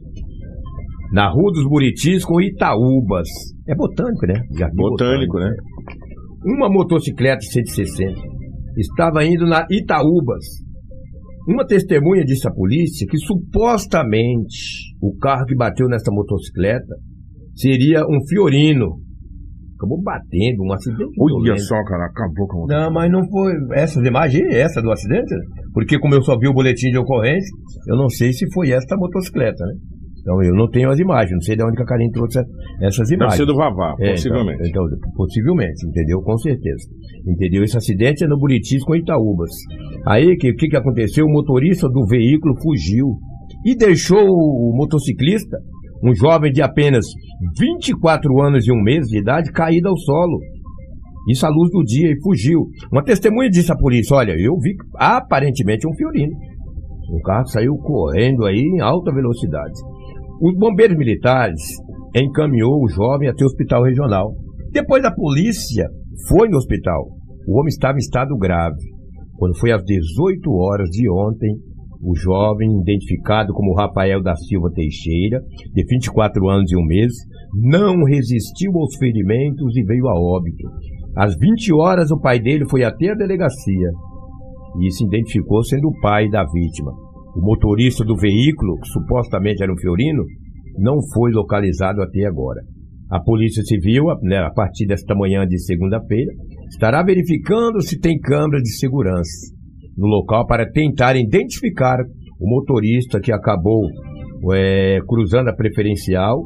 Na Rua dos Buritis com Itaúbas. É botânico, né? Botânico, né? Uma motocicleta 160 estava indo na Itaúbas. Uma testemunha disse à polícia que supostamente o carro que bateu nessa motocicleta seria um Fiorino. Acabou batendo, um acidente. Olha só, cara, acabou com a motocicleta. Não, mas não foi essa imagem, essa do acidente? Porque como eu só vi o boletim de ocorrência, eu não sei se foi essa motocicleta, né? Então eu não tenho as imagens, não sei de onde que a Karine trouxe essas imagens. Deve ser do Vavá, possivelmente. Então, possivelmente, entendeu? Com certeza. Entendeu? Esse acidente é no Buritis com Itaúbas. Aí, o que aconteceu? O motorista do veículo fugiu e deixou o motociclista, um jovem de apenas 24 anos e um mês de idade, caído ao solo. Isso à luz do dia, e fugiu. Uma testemunha disse à polícia, olha, eu vi aparentemente um Fiorino. O carro saiu correndo aí em alta velocidade. Os bombeiros militares encaminhou o jovem até o hospital regional. Depois a polícia foi no hospital. O homem estava em estado grave. Quando foi às 18 horas de ontem, o jovem, identificado como Rafael da Silva Teixeira, de 24 anos e um mês, não resistiu aos ferimentos e veio a óbito. Às 20 horas, o pai dele foi até a delegacia e se identificou sendo o pai da vítima. O motorista do veículo, que supostamente era um Fiorino, não foi localizado até agora. A Polícia Civil, a partir desta manhã de segunda-feira, estará verificando se tem câmeras de segurança no local para tentar identificar o motorista que acabou cruzando a preferencial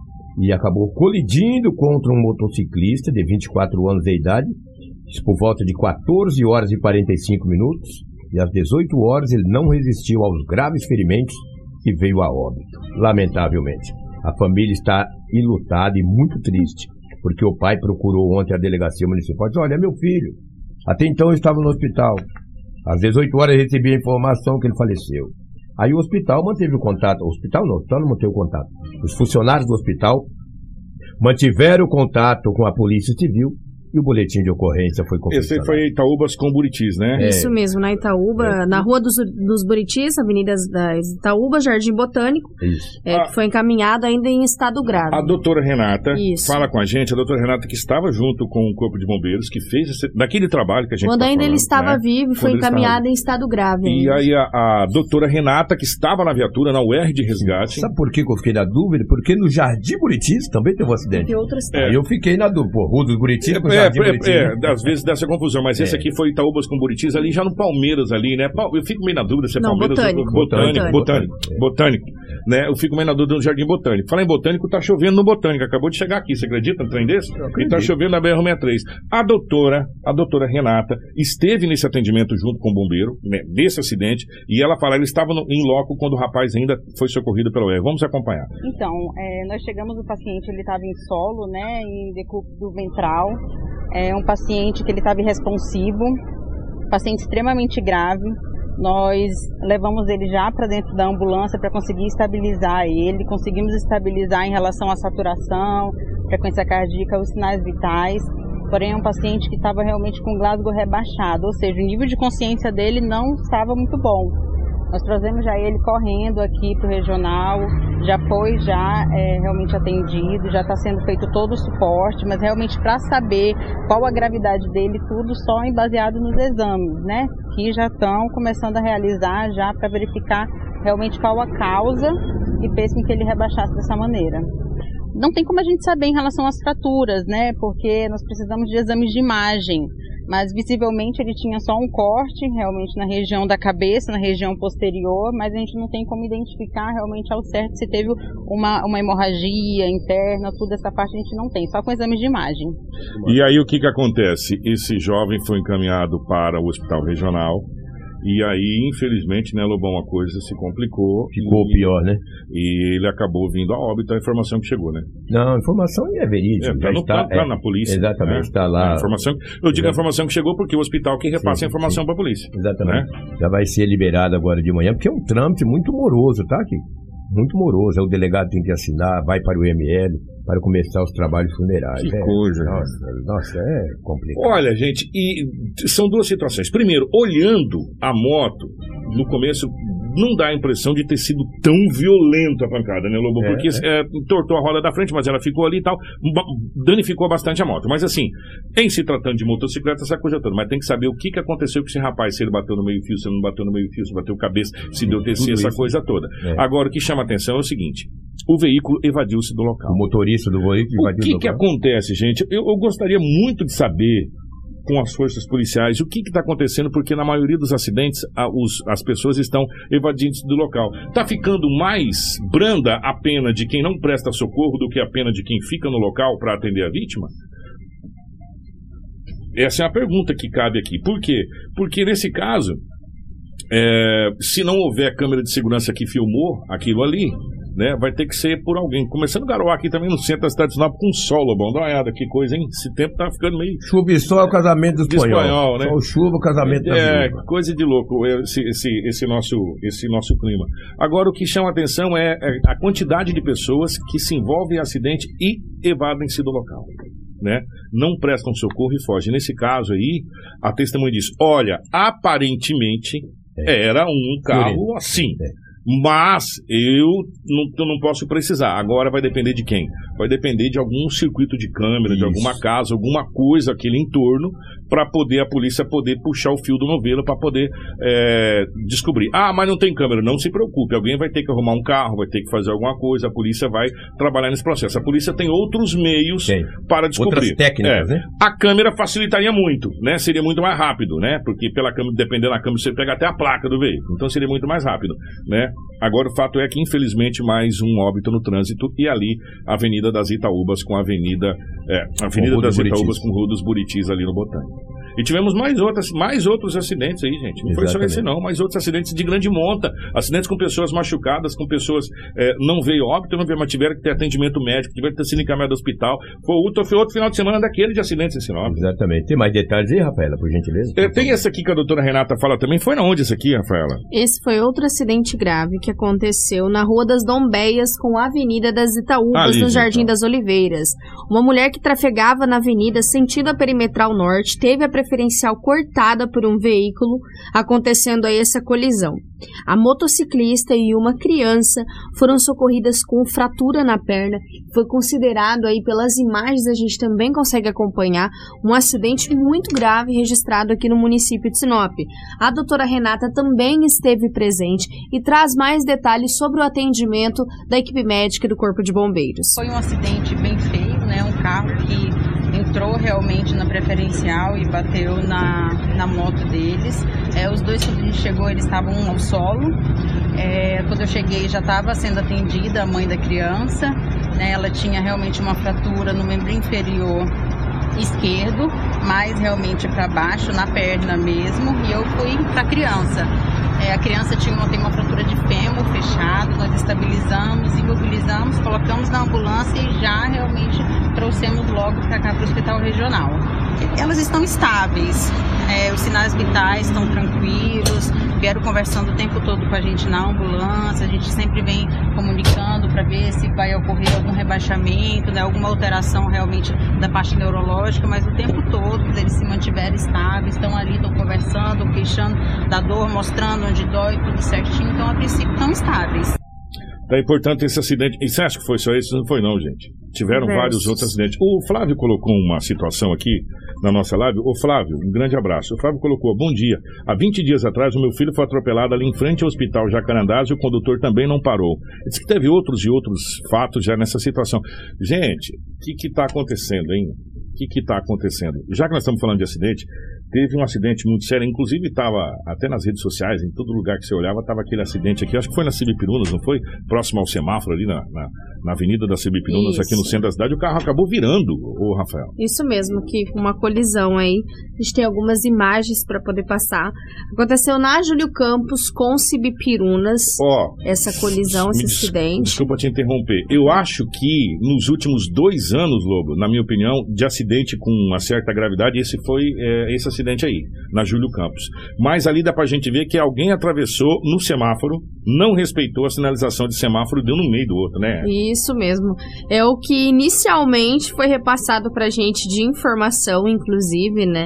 e acabou colidindo contra um motociclista de 24 anos de idade, por volta de 14 horas e 45 minutos, e às 18 horas ele não resistiu aos graves ferimentos e veio a óbito. Lamentavelmente, a família está enlutada e muito triste, porque o pai procurou ontem a delegacia municipal e disse, olha, meu filho, até então eu estava no hospital. Às 18 horas eu recebi a informação que ele faleceu. Aí o hospital manteve o contato, o hospital não manteve o contato. Os funcionários do hospital mantiveram o contato com a Polícia Civil e o boletim de ocorrência foi confeccionado. Esse foi Itaúbas com Buritis, né? Isso mesmo, na Itaúba, na Rua dos Buritis, Avenida das Itaúbas, Jardim Botânico, que foi encaminhado ainda em estado grave. A doutora Renata fala com a gente, a doutora Renata que estava junto com o Corpo de Bombeiros, que fez daquele trabalho que a gente quando ainda ele estava vivo, foi encaminhado em estado grave. E aí a doutora Renata, que estava na viatura, na UR de resgate... Sabe por que eu fiquei na dúvida? Porque no Jardim Buritis também teve um acidente. Tem outras Aí eu fiquei na dúvida, Rua dos Buritis... às vezes dessa confusão, mas esse aqui foi Itaúbas com Buritis, ali já no Palmeiras ali, né? Eu fico meio na dúvida se é Palmeiras ou Botânico, né? Eu fico meio na dúvida do Jardim Botânico. Falar em Botânico, tá chovendo no Botânico, acabou de chegar aqui, você acredita no trem desse? E tá chovendo na BR-63. A doutora Renata esteve nesse atendimento junto com o bombeiro, né, desse acidente, e ela fala, ele estava em loco quando o rapaz ainda foi socorrido pela UER. Vamos acompanhar. Então, nós chegamos, o paciente, ele estava em solo, né, em decúbito ventral, um paciente que ele estava irresponsivo, paciente extremamente grave. Nós levamos ele já para dentro da ambulância para conseguir estabilizar ele, conseguimos estabilizar em relação à saturação, frequência cardíaca, os sinais vitais, porém é um paciente que estava realmente com Glasgow rebaixado, ou seja, o nível de consciência dele não estava muito bom. Nós trazemos já ele correndo aqui para o regional, já foi realmente atendido, já está sendo feito todo o suporte, mas realmente para saber qual a gravidade dele, tudo só baseado nos exames, né? Que já estão começando a realizar já para verificar realmente qual a causa que fez com que ele rebaixasse dessa maneira. Não tem como a gente saber em relação às fraturas, né? Porque nós precisamos de exames de imagem. Mas visivelmente ele tinha só um corte, realmente na região da cabeça, na região posterior, mas a gente não tem como identificar realmente ao certo se teve uma hemorragia interna, tudo essa parte a gente não tem, só com exames de imagem. E aí o que acontece? Esse jovem foi encaminhado para o hospital regional. E aí, infelizmente, né, Lobão, a coisa se complicou. Ficou pior, né? E ele acabou vindo a óbito, a informação que chegou, né? Não, a informação é verídica. Tá na polícia. Exatamente, está lá. A informação a informação que chegou porque o hospital que repassa a informação para a polícia. Exatamente. Né? Já vai ser liberado agora de manhã, porque é um trâmite muito moroso, tá, Kiko? Muito moroso. O delegado tem que assinar, vai para o IML para começar os trabalhos funerais. Que coisa. Nossa, é complicado. Olha, gente, e são duas situações. Primeiro, olhando a moto, no começo não dá a impressão de ter sido tão violenta a pancada, né, Lobo? Porque tortou a roda da frente, mas ela ficou ali e tal, danificou bastante a moto. Mas assim, em se tratando de motocicleta, essa coisa toda, mas tem que saber o que aconteceu com esse rapaz, se ele bateu no meio-fio, se ele não bateu no meio-fio, se bateu cabeça, se deu TC, essa coisa toda. Agora, o que chama a atenção é o seguinte, o veículo evadiu-se do local. O motorista do veículo evadiu do local. O que acontece, gente? Eu gostaria muito de saber, com as forças policiais, o que está acontecendo, porque na maioria dos acidentes as pessoas estão evadindo do local. Está ficando mais branda a pena de quem não presta socorro do que a pena de quem fica no local para atender a vítima? Essa é a pergunta que cabe aqui. Por quê? Porque nesse caso, se não houver câmera de segurança que filmou aquilo ali, né, vai ter que ser por alguém. Começando a garoar aqui também no centro da cidade de Sinop com sol, Lobão. Dá uma olhada, que coisa, hein? Esse tempo tá ficando meio... Chuva e sol é o casamento do espanhol, né? Sol, chuva, o casamento da viúva. Coisa de louco esse nosso clima. Agora, o que chama a atenção é a quantidade de pessoas que se envolvem em acidente e evadem-se do local, né? Não prestam socorro e fogem. Nesse caso aí, a testemunha diz, olha, aparentemente era um carro assim... Mas eu não posso precisar. Agora vai depender de quem? Vai depender de algum circuito de câmera, de alguma casa, alguma coisa aquele entorno, para poder a polícia poder puxar o fio do novelo para poder descobrir. Ah, mas não tem câmera. Não se preocupe, alguém vai ter que arrumar um carro, vai ter que fazer alguma coisa, a polícia vai trabalhar nesse processo. A polícia tem outros meios para descobrir. Outras técnicas, né? A câmera facilitaria muito, né? Seria muito mais rápido, né? Porque pela câmera, dependendo da câmera, você pega até a placa do veículo. Então seria muito mais rápido, né? Agora o fato é que infelizmente mais um óbito no trânsito e ali a Avenida das Itaúbas com a Avenida das Itaúbas com Rua dos Buritis ali no Botânico. E tivemos mais outros acidentes aí, gente. Não foi só esse não, mas outros acidentes de grande monta, acidentes com pessoas machucadas, com pessoas não veio óbito, não veio, mas tiveram que ter atendimento médico, tiveram que ter sido encaminhado ao hospital. Foi outro final de semana daquele de acidentes em Sinop. Exatamente. Tem mais detalhes aí, Rafaela, por gentileza? Tem essa aqui que a doutora Renata fala também. Foi na onde essa aqui, Rafaela? Esse foi outro acidente grave que aconteceu na Rua das Dombéias com a Avenida das Itaúbas, no Jardim das Oliveiras. Uma mulher que trafegava na avenida sentido a perimetral norte teve a preferencial cortada por um veículo, acontecendo aí essa colisão. A motociclista e uma criança foram socorridas com fratura na perna. Foi considerado aí pelas imagens, a gente também consegue acompanhar, um acidente muito grave registrado aqui no município de Sinop. A doutora Renata também esteve presente e traz mais detalhes sobre o atendimento da equipe médica do Corpo de Bombeiros. Foi um acidente bem feio, né? Um carro que entrou realmente na preferencial e bateu na moto deles. Os dois, quando a gente chegou, eles estavam ao solo. Quando eu cheguei, já estava sendo atendida a mãe da criança, né? Ela tinha realmente uma fratura no membro inferior esquerdo, mais realmente para baixo, na perna mesmo, e eu fui para a criança. A criança tem uma fratura de fêmur fechado, nós estabilizamos, imobilizamos, colocamos na ambulância e já realmente trouxemos logo para cá, para o hospital regional. Elas estão estáveis, os sinais vitais estão tranquilos, vieram conversando o tempo todo com a gente na ambulância, a gente sempre vem comunicando para ver se vai ocorrer algum rebaixamento, né, alguma alteração realmente da parte neurológica, mas o tempo todo eles se mantiveram estáveis, estão ali, estão conversando, queixando da dor, mostrando onde dói, tudo certinho, então a princípio estão estáveis. É importante esse acidente. E você acha que foi só isso? Não foi não, gente. Tiveram vários outros acidentes. O Flávio colocou uma situação aqui na nossa live. Ô Flávio, um grande abraço. O Flávio colocou, bom dia. Há 20 dias atrás, o meu filho foi atropelado ali em frente ao hospital Jacarandás e o condutor também não parou. Diz que teve outros fatos já nessa situação. Gente, o que está acontecendo, hein? O que está acontecendo? Já que nós estamos falando de acidente, teve um acidente muito sério, inclusive estava até nas redes sociais, em todo lugar que você olhava, estava aquele acidente aqui, acho que foi na Cibipirunas, não foi? Próximo ao semáforo ali na avenida da Cibipirunas, aqui no centro da cidade, o carro acabou virando, ô Rafael. Isso mesmo, que com uma colisão aí, a gente tem algumas imagens para poder passar. Aconteceu na Júlio Campos com Cibipirunas, essa colisão, esse acidente. Desculpa te interromper, eu acho que nos últimos 2 anos, Lobo, na minha opinião, de acidente com uma certa gravidade, esse foi esse acidente aí, na Júlio Campos. Mas ali dá pra gente ver que alguém atravessou no semáforo, não respeitou a sinalização de semáforo e deu no meio do outro, né? Isso mesmo. É o que inicialmente foi repassado pra gente de informação, inclusive, né?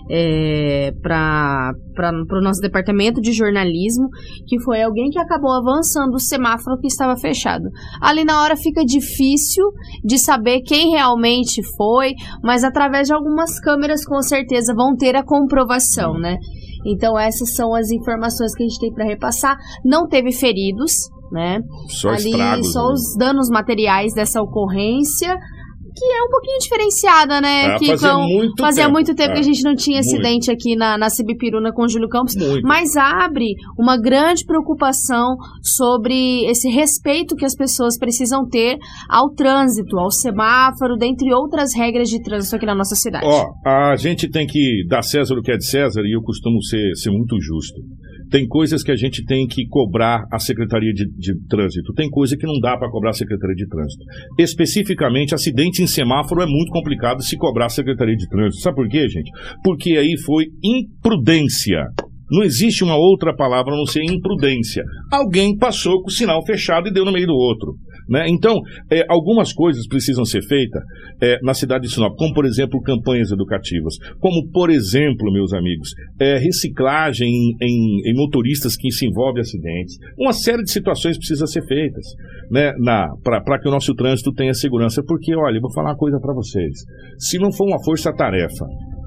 Para o nosso departamento de jornalismo, que foi alguém que acabou avançando o semáforo que estava fechado. Ali na hora fica difícil de saber quem realmente foi, mas através de algumas câmeras com certeza vão ter a comprovação, né? Então essas são as informações que a gente tem para repassar. Não teve feridos, né? Só ali, estragos, só os danos materiais dessa ocorrência, que é um pouquinho diferenciada, né? Fazia muito tempo que a gente não tinha acidente aqui na Cibipiruna com o Júlio Campos, mas abre uma grande preocupação sobre esse respeito que as pessoas precisam ter ao trânsito, ao semáforo, dentre outras regras de trânsito aqui na nossa cidade. A gente tem que dar César o que é de César, e eu costumo ser muito justo. Tem coisas que a gente tem que cobrar a Secretaria de Trânsito. Tem coisa que não dá para cobrar a Secretaria de Trânsito. Especificamente, acidente em semáforo é muito complicado se cobrar a Secretaria de Trânsito. Sabe por quê, gente? Porque aí foi imprudência. Não existe uma outra palavra a não ser imprudência. Alguém passou com o sinal fechado e deu no meio do outro, né? Então, algumas coisas precisam ser feitas na cidade de Sinop, como, por exemplo, campanhas educativas. Como, por exemplo, meus amigos, reciclagem em motoristas que se envolvem em acidentes. Uma série de situações precisa ser feitas, né, para que o nosso trânsito tenha segurança. Porque, olha, eu vou falar uma coisa para vocês. Se não for uma força-tarefa,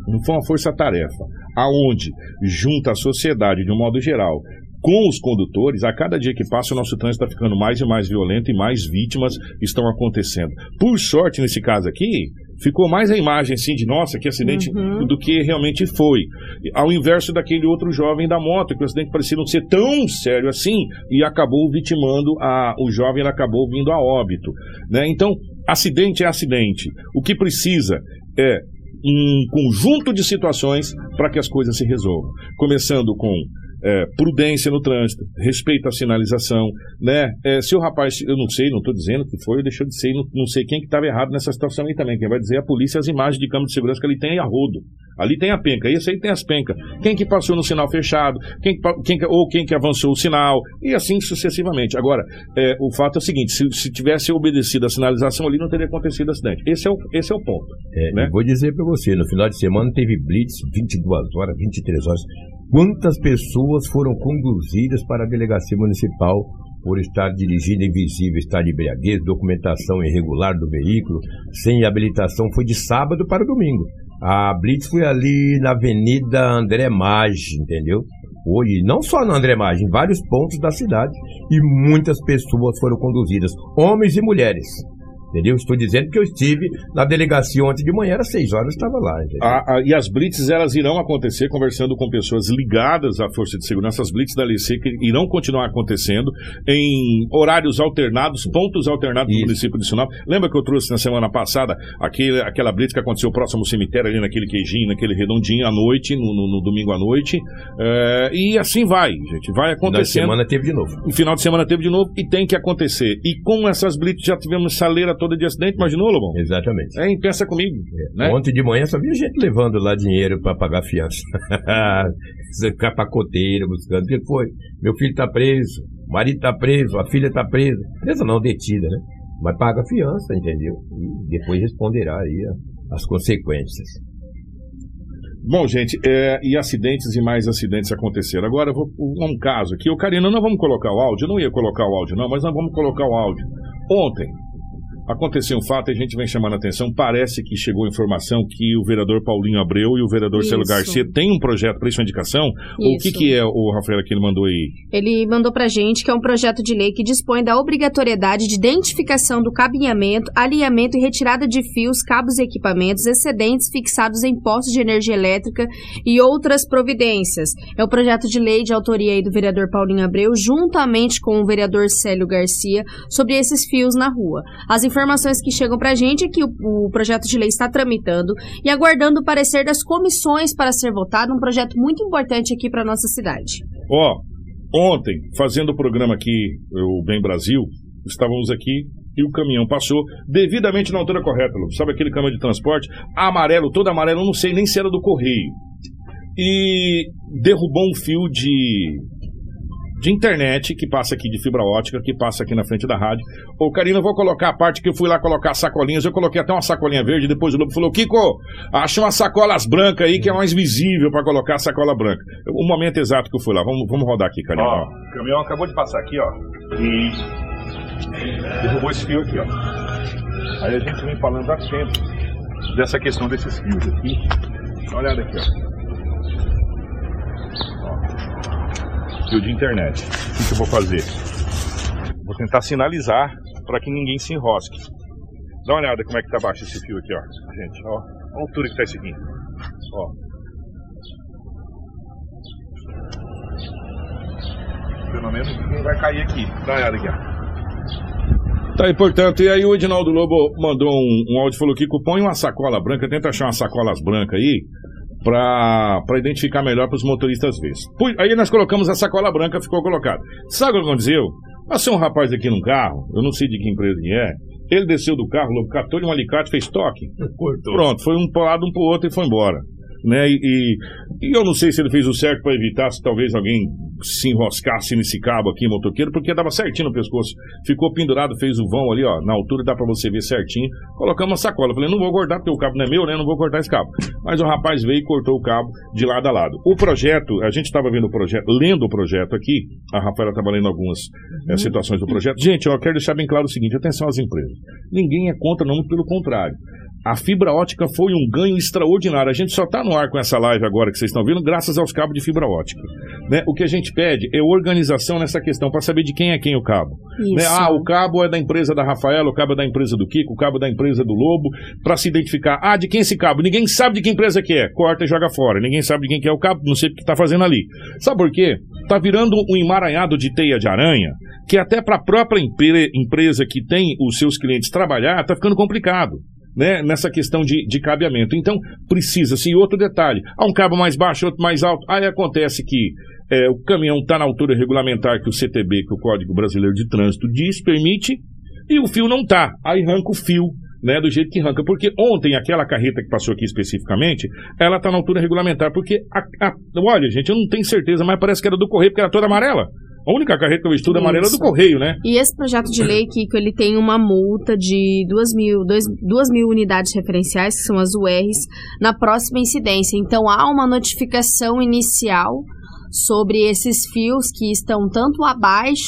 aonde junta a sociedade de um modo geral com os condutores, a cada dia que passa o nosso trânsito está ficando mais e mais violento e mais vítimas estão acontecendo. Por sorte, nesse caso aqui, ficou mais a imagem assim de nossa, que acidente, do que realmente foi. Ao inverso daquele outro jovem da moto, que o acidente parecia não ser tão sério assim e acabou vitimando o jovem, ele acabou vindo a óbito, né? Então, acidente é acidente. O que precisa é um conjunto de situações para que as coisas se resolvam. Começando com prudência no trânsito, respeito à sinalização, né? Se o rapaz, eu não sei, não estou dizendo que foi ou deixou de ser, não sei quem que estava errado nessa situação aí também. Quem vai dizer é a polícia, as imagens de câmera de segurança que ali tem a rodo. Ali tem a penca, esse aí tem as pencas. Quem que passou no sinal fechado, quem que avançou o sinal, e assim sucessivamente. Agora, o fato é o seguinte, se tivesse obedecido a sinalização ali, não teria acontecido acidente. Esse é o ponto. Né? Vou dizer para você, no final de semana teve blitz, 22 horas, 23 horas. Quantas pessoas foram conduzidas para a delegacia municipal por estar dirigindo invisível, estar de embriaguez, documentação irregular do veículo, sem habilitação? Foi de sábado para domingo. A blitz foi ali na Avenida André Maggi, entendeu? Hoje, não só na André Maggi, em vários pontos da cidade, e muitas pessoas foram conduzidas, homens e mulheres. Entendeu? Estou dizendo que eu estive na delegacia ontem de manhã, às 6 horas, eu estava lá. E as blitzes, elas irão acontecer, conversando com pessoas ligadas à Força de Segurança, as blitzes da LC que irão continuar acontecendo em horários alternados, pontos alternados do município de Sinop. Lembra que eu trouxe na semana passada aquela blitz que aconteceu próximo ao cemitério, ali naquele queijinho, naquele redondinho, à noite, no domingo à noite, e assim vai, gente, vai acontecendo. No final de semana teve de novo. No final de semana teve de novo e tem que acontecer. E com essas blitzes já tivemos saleira toda de acidente, imaginou, Lobão? Exatamente. Pensa comigo. Né? Ontem de manhã só vi gente levando lá dinheiro para pagar fiança. Capacoteiro buscando. O que foi? Meu filho tá preso, o marido tá preso, a filha tá presa. Presa não, detida, né? Mas paga fiança, entendeu? E depois responderá aí as consequências. Bom, gente, e acidentes e mais acidentes aconteceram. Agora, um caso aqui. Karina, nós vamos colocar o áudio? Eu não ia colocar o áudio, não, mas nós vamos colocar o áudio. Ontem aconteceu um fato e a gente vem chamando a atenção. Parece que chegou informação que o vereador Paulinho Abreu e o vereador Célio Garcia têm um projeto para isso, uma indicação. O que é, o Rafael, que ele mandou aí? Ele mandou pra gente que é um projeto de lei que dispõe da obrigatoriedade de identificação do cabeamento, alinhamento e retirada de fios, cabos e equipamentos excedentes fixados em postos de energia elétrica e outras providências. É o projeto de lei de autoria aí do vereador Paulinho Abreu, juntamente com o vereador Célio Garcia, sobre esses fios na rua. As informações que chegam pra gente é que o projeto de lei está tramitando e aguardando o parecer das comissões para ser votado, um projeto muito importante aqui para nossa cidade. Ontem, fazendo o programa aqui, o Bem Brasil, estávamos aqui e o caminhão passou devidamente na altura correta, sabe aquele caminhão de transporte? Amarelo, todo amarelo, eu não sei nem se era do Correio. E derrubou um fio de internet que passa aqui, de fibra ótica, que passa aqui na frente da rádio. Karina, eu vou colocar a parte que eu fui lá colocar sacolinhas. Eu coloquei até uma sacolinha verde. Depois o Lobo falou: Kiko, acha umas sacolas brancas aí que é mais visível para colocar a sacola branca. O momento exato que eu fui lá. Vamos rodar aqui, Karina. O caminhão acabou de passar aqui, e derrubou esse fio aqui, Aí a gente vem falando há tempo dessa questão desses fios aqui. Dá uma olhada aqui, fio de internet. O que eu vou fazer? Vou tentar sinalizar para que ninguém se enrosque. Dá uma olhada como é que tá baixo esse fio aqui, gente. Olha a altura que tá esse aqui. Pelo menos ninguém vai cair aqui. Dá uma olhada aqui, Tá aí, portanto, e aí o Edinaldo Lobo mandou um áudio, falou: Kiko, põe uma sacola branca, tenta achar umas sacolas brancas aí, para identificar melhor para os motoristas ver. Aí nós colocamos a sacola branca, ficou colocada. Sabe o que aconteceu? Passou um rapaz aqui num carro, eu não sei de que empresa que é, ele desceu do carro, catou de um alicate, fez toque. Pronto, foi um para o lado, um para o outro e foi embora. Né? E eu não sei se ele fez o certo para evitar se talvez alguém se enroscasse nesse cabo aqui, motoqueiro, porque dava certinho no pescoço, ficou pendurado, fez o vão ali, na altura dá para você ver certinho. Colocamos uma sacola, falei: não vou cortar porque o cabo não é meu, né, não vou cortar esse cabo. Mas o rapaz veio e cortou o cabo de lado a lado. O projeto, a gente estava vendo o projeto, lendo o projeto aqui, a Rafaela estava lendo algumas situações do projeto. Gente, eu quero deixar bem claro o seguinte: atenção às empresas, ninguém é contra, não, pelo contrário. A fibra ótica foi um ganho extraordinário. A gente só está no ar com essa live agora que vocês estão vendo graças aos cabos de fibra ótica. Né? O que a gente pede é organização nessa questão para saber de quem é quem o cabo. Né? O cabo é da empresa da Rafaela, o cabo é da empresa do Kiko, o cabo é da empresa do Lobo, para se identificar. De quem é esse cabo? Ninguém sabe de que empresa que é. Corta e joga fora. Ninguém sabe de quem que é o cabo, não sei o que está fazendo ali. Sabe por quê? Está virando um emaranhado de teia de aranha, que até para a própria empresa que tem os seus clientes trabalhar, está ficando complicado. Né, nessa questão de cabeamento. Então, precisa-se. E outro detalhe: há um cabo mais baixo, outro mais alto. Aí acontece que o caminhão está na altura regulamentar que o CTB, que o Código Brasileiro de Trânsito diz, permite, e o fio não está. Aí arranca o fio, né, do jeito que arranca. Porque ontem, aquela carreta que passou aqui especificamente, ela está na altura regulamentar. Porque, olha, gente, eu não tenho certeza, mas parece que era do Correio, porque era toda amarela. A única carreta que eu estudo é amarela do Correio, né? E esse projeto de lei, Kiko, ele tem uma multa de 2.000 unidades referenciais, que são as URs, na próxima incidência. Então, há uma notificação inicial sobre esses fios que estão tanto abaixo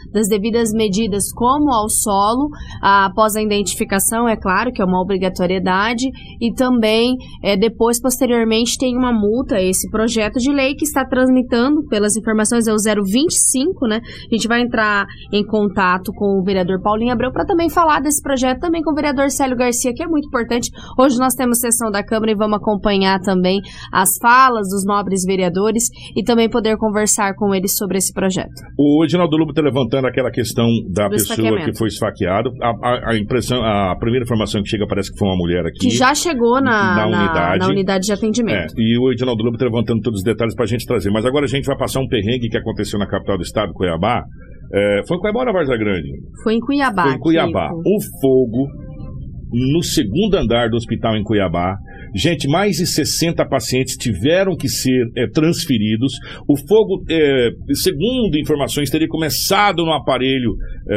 das devidas medidas como ao solo, após a identificação, é claro, que é uma obrigatoriedade, e também depois, posteriormente, tem uma multa, esse projeto de lei que está tramitando, pelas informações, é o 025, né? A gente vai entrar em contato com o vereador Paulinho Abreu para também falar desse projeto, também com o vereador Célio Garcia, que é muito importante. Hoje nós temos sessão da Câmara e vamos acompanhar também as falas dos nobres vereadores e também poder conversar com eles sobre esse projeto. O Edinaldo Lobo está levantando aquela questão da pessoa que foi esfaqueada. A primeira informação que chega parece que foi uma mulher aqui. Que já chegou na unidade de atendimento. E o Edinaldo Lobo está levantando todos os detalhes para a gente trazer. Mas agora a gente vai passar um perrengue que aconteceu na capital do estado, Cuiabá. Foi em Cuiabá ou na Várzea Grande? Foi em Cuiabá. Foi em Cuiabá. O fogo no segundo andar do hospital em Cuiabá. Gente, mais de 60 pacientes tiveram que ser transferidos. O fogo, segundo informações, teria começado no aparelho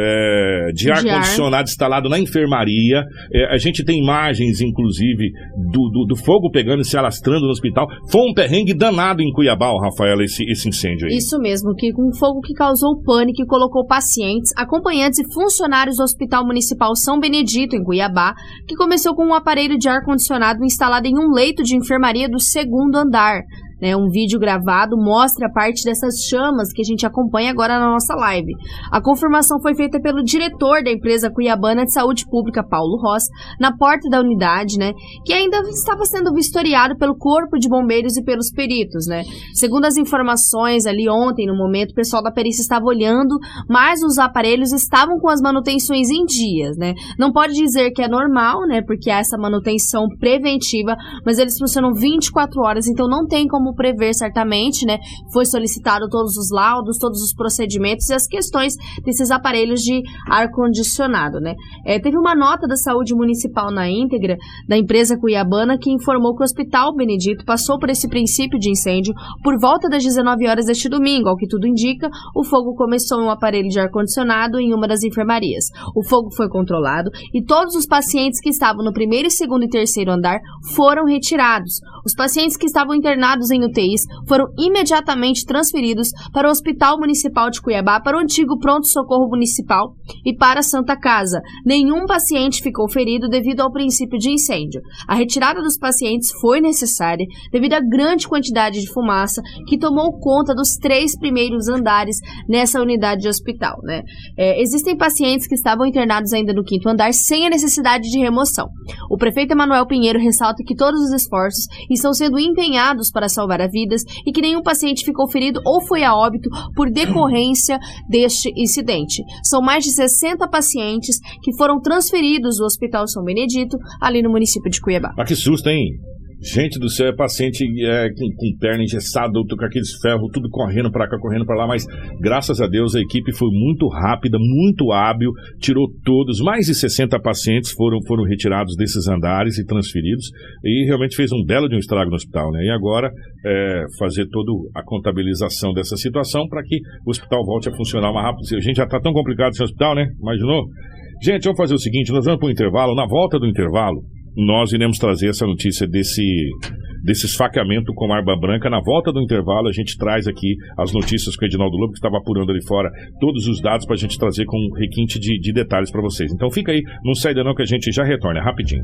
de ar-condicionado instalado na enfermaria. A gente tem imagens, inclusive, do fogo pegando e se alastrando no hospital. Foi um perrengue danado em Cuiabá, Rafaela, esse incêndio aí. Isso mesmo, que um fogo que causou pânico e colocou pacientes, acompanhantes e funcionários do Hospital Municipal São Benedito, em Cuiabá, que começou com um aparelho de ar-condicionado instalado em um leito de enfermaria do segundo andar. Um vídeo gravado mostra parte dessas chamas que a gente acompanha agora na nossa live. A confirmação foi feita pelo diretor da empresa cuiabana de saúde pública, Paulo Ross, na porta da unidade, que ainda estava sendo vistoriado pelo Corpo de Bombeiros e pelos peritos. Segundo as informações, ali ontem, no momento, o pessoal da perícia estava olhando, mas os aparelhos estavam com as manutenções em dias. Não pode dizer que é normal, porque há essa manutenção preventiva, mas eles funcionam 24 horas, então não tem como prever certamente, foi solicitado todos os laudos, todos os procedimentos e as questões desses aparelhos de ar-condicionado, Teve uma nota da saúde municipal na íntegra da empresa cuiabana que informou que o Hospital Benedito passou por esse princípio de incêndio por volta das 19 horas deste domingo. Ao que tudo indica, o fogo começou em um aparelho de ar-condicionado em uma das enfermarias. O fogo foi controlado e todos os pacientes que estavam no primeiro, segundo e terceiro andar foram retirados. Os pacientes que estavam internados em UTIs foram imediatamente transferidos para o Hospital Municipal de Cuiabá, para o antigo Pronto-Socorro Municipal e para a Santa Casa. Nenhum paciente ficou ferido devido ao princípio de incêndio. A retirada dos pacientes foi necessária devido à grande quantidade de fumaça que tomou conta dos 3 primeiros andares nessa unidade de hospital. Existem pacientes que estavam internados ainda no 5º andar sem a necessidade de remoção. O prefeito Emanuel Pinheiro ressalta que todos os esforços estão sendo empenhados para salvar a vidas e que nenhum paciente ficou ferido ou foi a óbito por decorrência deste incidente. São mais de 60 pacientes que foram transferidos do Hospital São Benedito, ali no município de Cuiabá. Que susto, hein? Gente do céu, paciente com perna engessada, com aqueles ferros, tudo correndo pra cá, correndo pra lá, mas graças a Deus a equipe foi muito rápida, muito hábil, tirou todos, mais de 60 pacientes foram retirados desses andares e transferidos, e realmente fez um belo de um estrago no hospital, E agora fazer toda a contabilização dessa situação para que o hospital volte a funcionar mais rápido. A gente já tá tão complicado esse hospital, Imaginou? Gente, vamos fazer o seguinte, nós vamos pro intervalo, na volta do intervalo, nós iremos trazer essa notícia desse esfaqueamento com arma branca. Na volta do intervalo, a gente traz aqui as notícias com o Edinaldo Lobo, que estava apurando ali fora todos os dados para a gente trazer com um requinte de detalhes para vocês. Então fica aí, não sai daí não que a gente já retorna, rapidinho.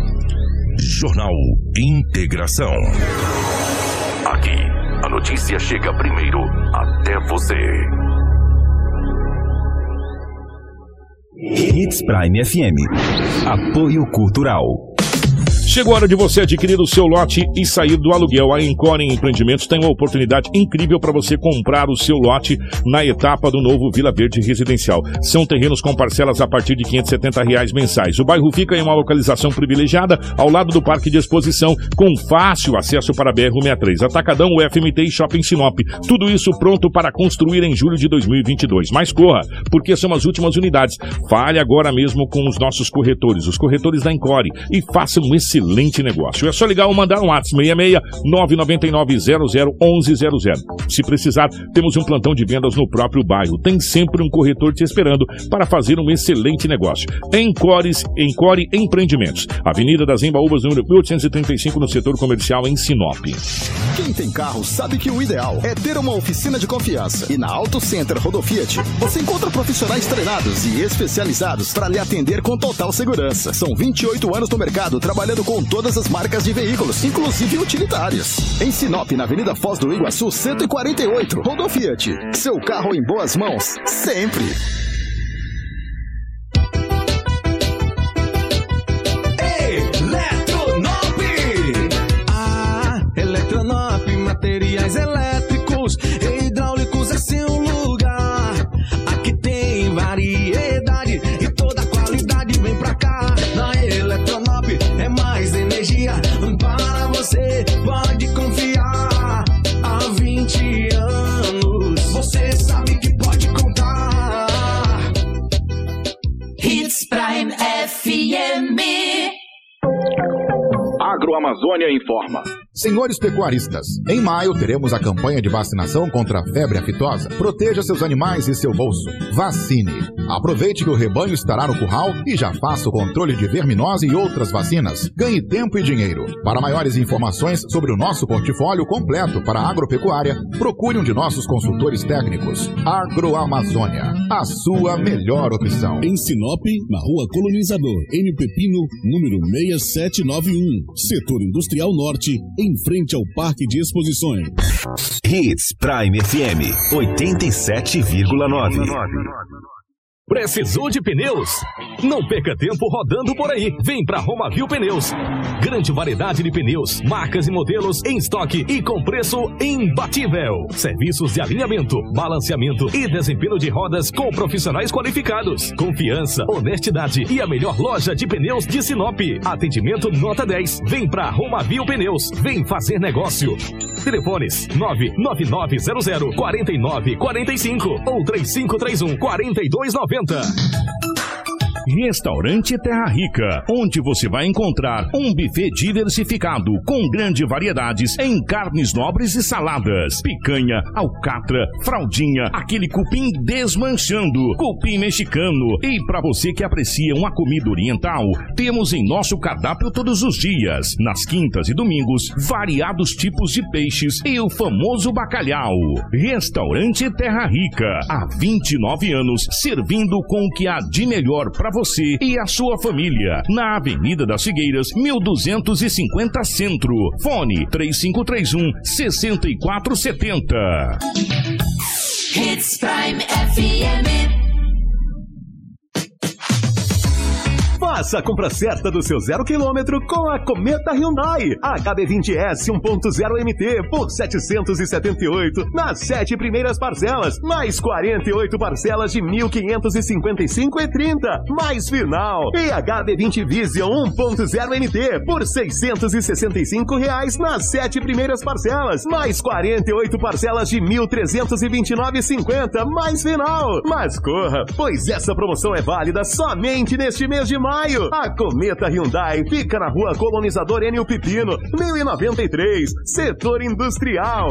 Jornal Integração. Aqui, a notícia chega primeiro até você. Hits Prime FM. Apoio Cultural. Chegou a hora de você adquirir o seu lote e sair do aluguel. A Encore Empreendimentos tem uma oportunidade incrível para você comprar o seu lote na etapa do novo Vila Verde Residencial. São terrenos com parcelas a partir de R$ 570 mensais. O bairro fica em uma localização privilegiada ao lado do Parque de Exposição, com fácil acesso para a BR-163, Atacadão, UFMT e Shopping Sinop. Tudo isso pronto para construir em julho de 2022. Mas corra, porque são as últimas unidades. Fale agora mesmo com os nossos corretores, os corretores da Encore, e faça um excelente excelente negócio. É só ligar ou mandar um WhatsApp 66-999-00-1100. Se precisar, temos um plantão de vendas no próprio bairro. Tem sempre um corretor te esperando para fazer um excelente negócio. Encore Empreendimentos, Avenida das Embaúbas, número 1835, no setor comercial em Sinop. Quem tem carro sabe que o ideal é ter uma oficina de confiança. E na Auto Center Rodofiat, você encontra profissionais treinados e especializados para lhe atender com total segurança. São 28 anos no mercado, trabalhando com todas as marcas de veículos, inclusive utilitários. Em Sinop, na Avenida Foz do Iguaçu, 148, Rodofiat. Seu carro em boas mãos, sempre. Eletronop, materiais elétricos e hidráulicos é seu lugar. Aqui tem variedade e toda qualidade vem pra cá. Na Eletronop é mais energia para você, pode confiar. Há 20 anos você sabe que pode contar. Hits Prime FM. Agroamazônia informa. Senhores pecuaristas, em maio teremos a campanha de vacinação contra a febre aftosa. Proteja seus animais e seu bolso. Vacine. Aproveite que o rebanho estará no curral e já faça o controle de verminose e outras vacinas. Ganhe tempo e dinheiro. Para maiores informações sobre o nosso portfólio completo para a agropecuária, procure um de nossos consultores técnicos. Agroamazônia, a sua melhor opção. Em Sinop, na Rua Colonizador, N. Pepino, número 6791, Setor Industrial Norte, em frente ao Parque de Exposições. Hits Prime FM 87,9. Precisou de pneus? Não perca tempo rodando por aí. Vem pra Romavil Pneus. Grande variedade de pneus, marcas e modelos em estoque e com preço imbatível. Serviços de alinhamento, balanceamento e desempenho de rodas com profissionais qualificados. Confiança, honestidade e a melhor loja de pneus de Sinop. Atendimento nota 10. Vem pra Romavil Pneus. Vem fazer negócio. Telefones 99900-4945 ou 3531-4290. Restaurante Terra Rica, onde você vai encontrar um buffet diversificado com grandes variedades em carnes nobres e saladas, picanha, alcatra, fraldinha, aquele cupim desmanchando, cupim mexicano. E para você que aprecia uma comida oriental, temos em nosso cardápio todos os dias, nas quintas e domingos, variados tipos de peixes e o famoso bacalhau. Restaurante Terra Rica, há 29 anos, servindo com o que há de melhor para você e a sua família. Na Avenida das Figueiras, 1250 Centro. Fone 3531-6470. Hits Prime FM. Faça a compra certa do seu 0 km com a Cometa Hyundai. HB20S 1.0 MT por 778 nas 7 primeiras parcelas, mais 48 parcelas de 1.555,30, mais final. E HB20 Vision 1.0 MT por R$665 nas 7 primeiras parcelas, mais 48 parcelas de 1.329,50, mais final. Mas corra, pois essa promoção é válida somente neste mês de maio. A Cometa Hyundai fica na Rua Colonizador N. Pepino, 1093, Setor Industrial.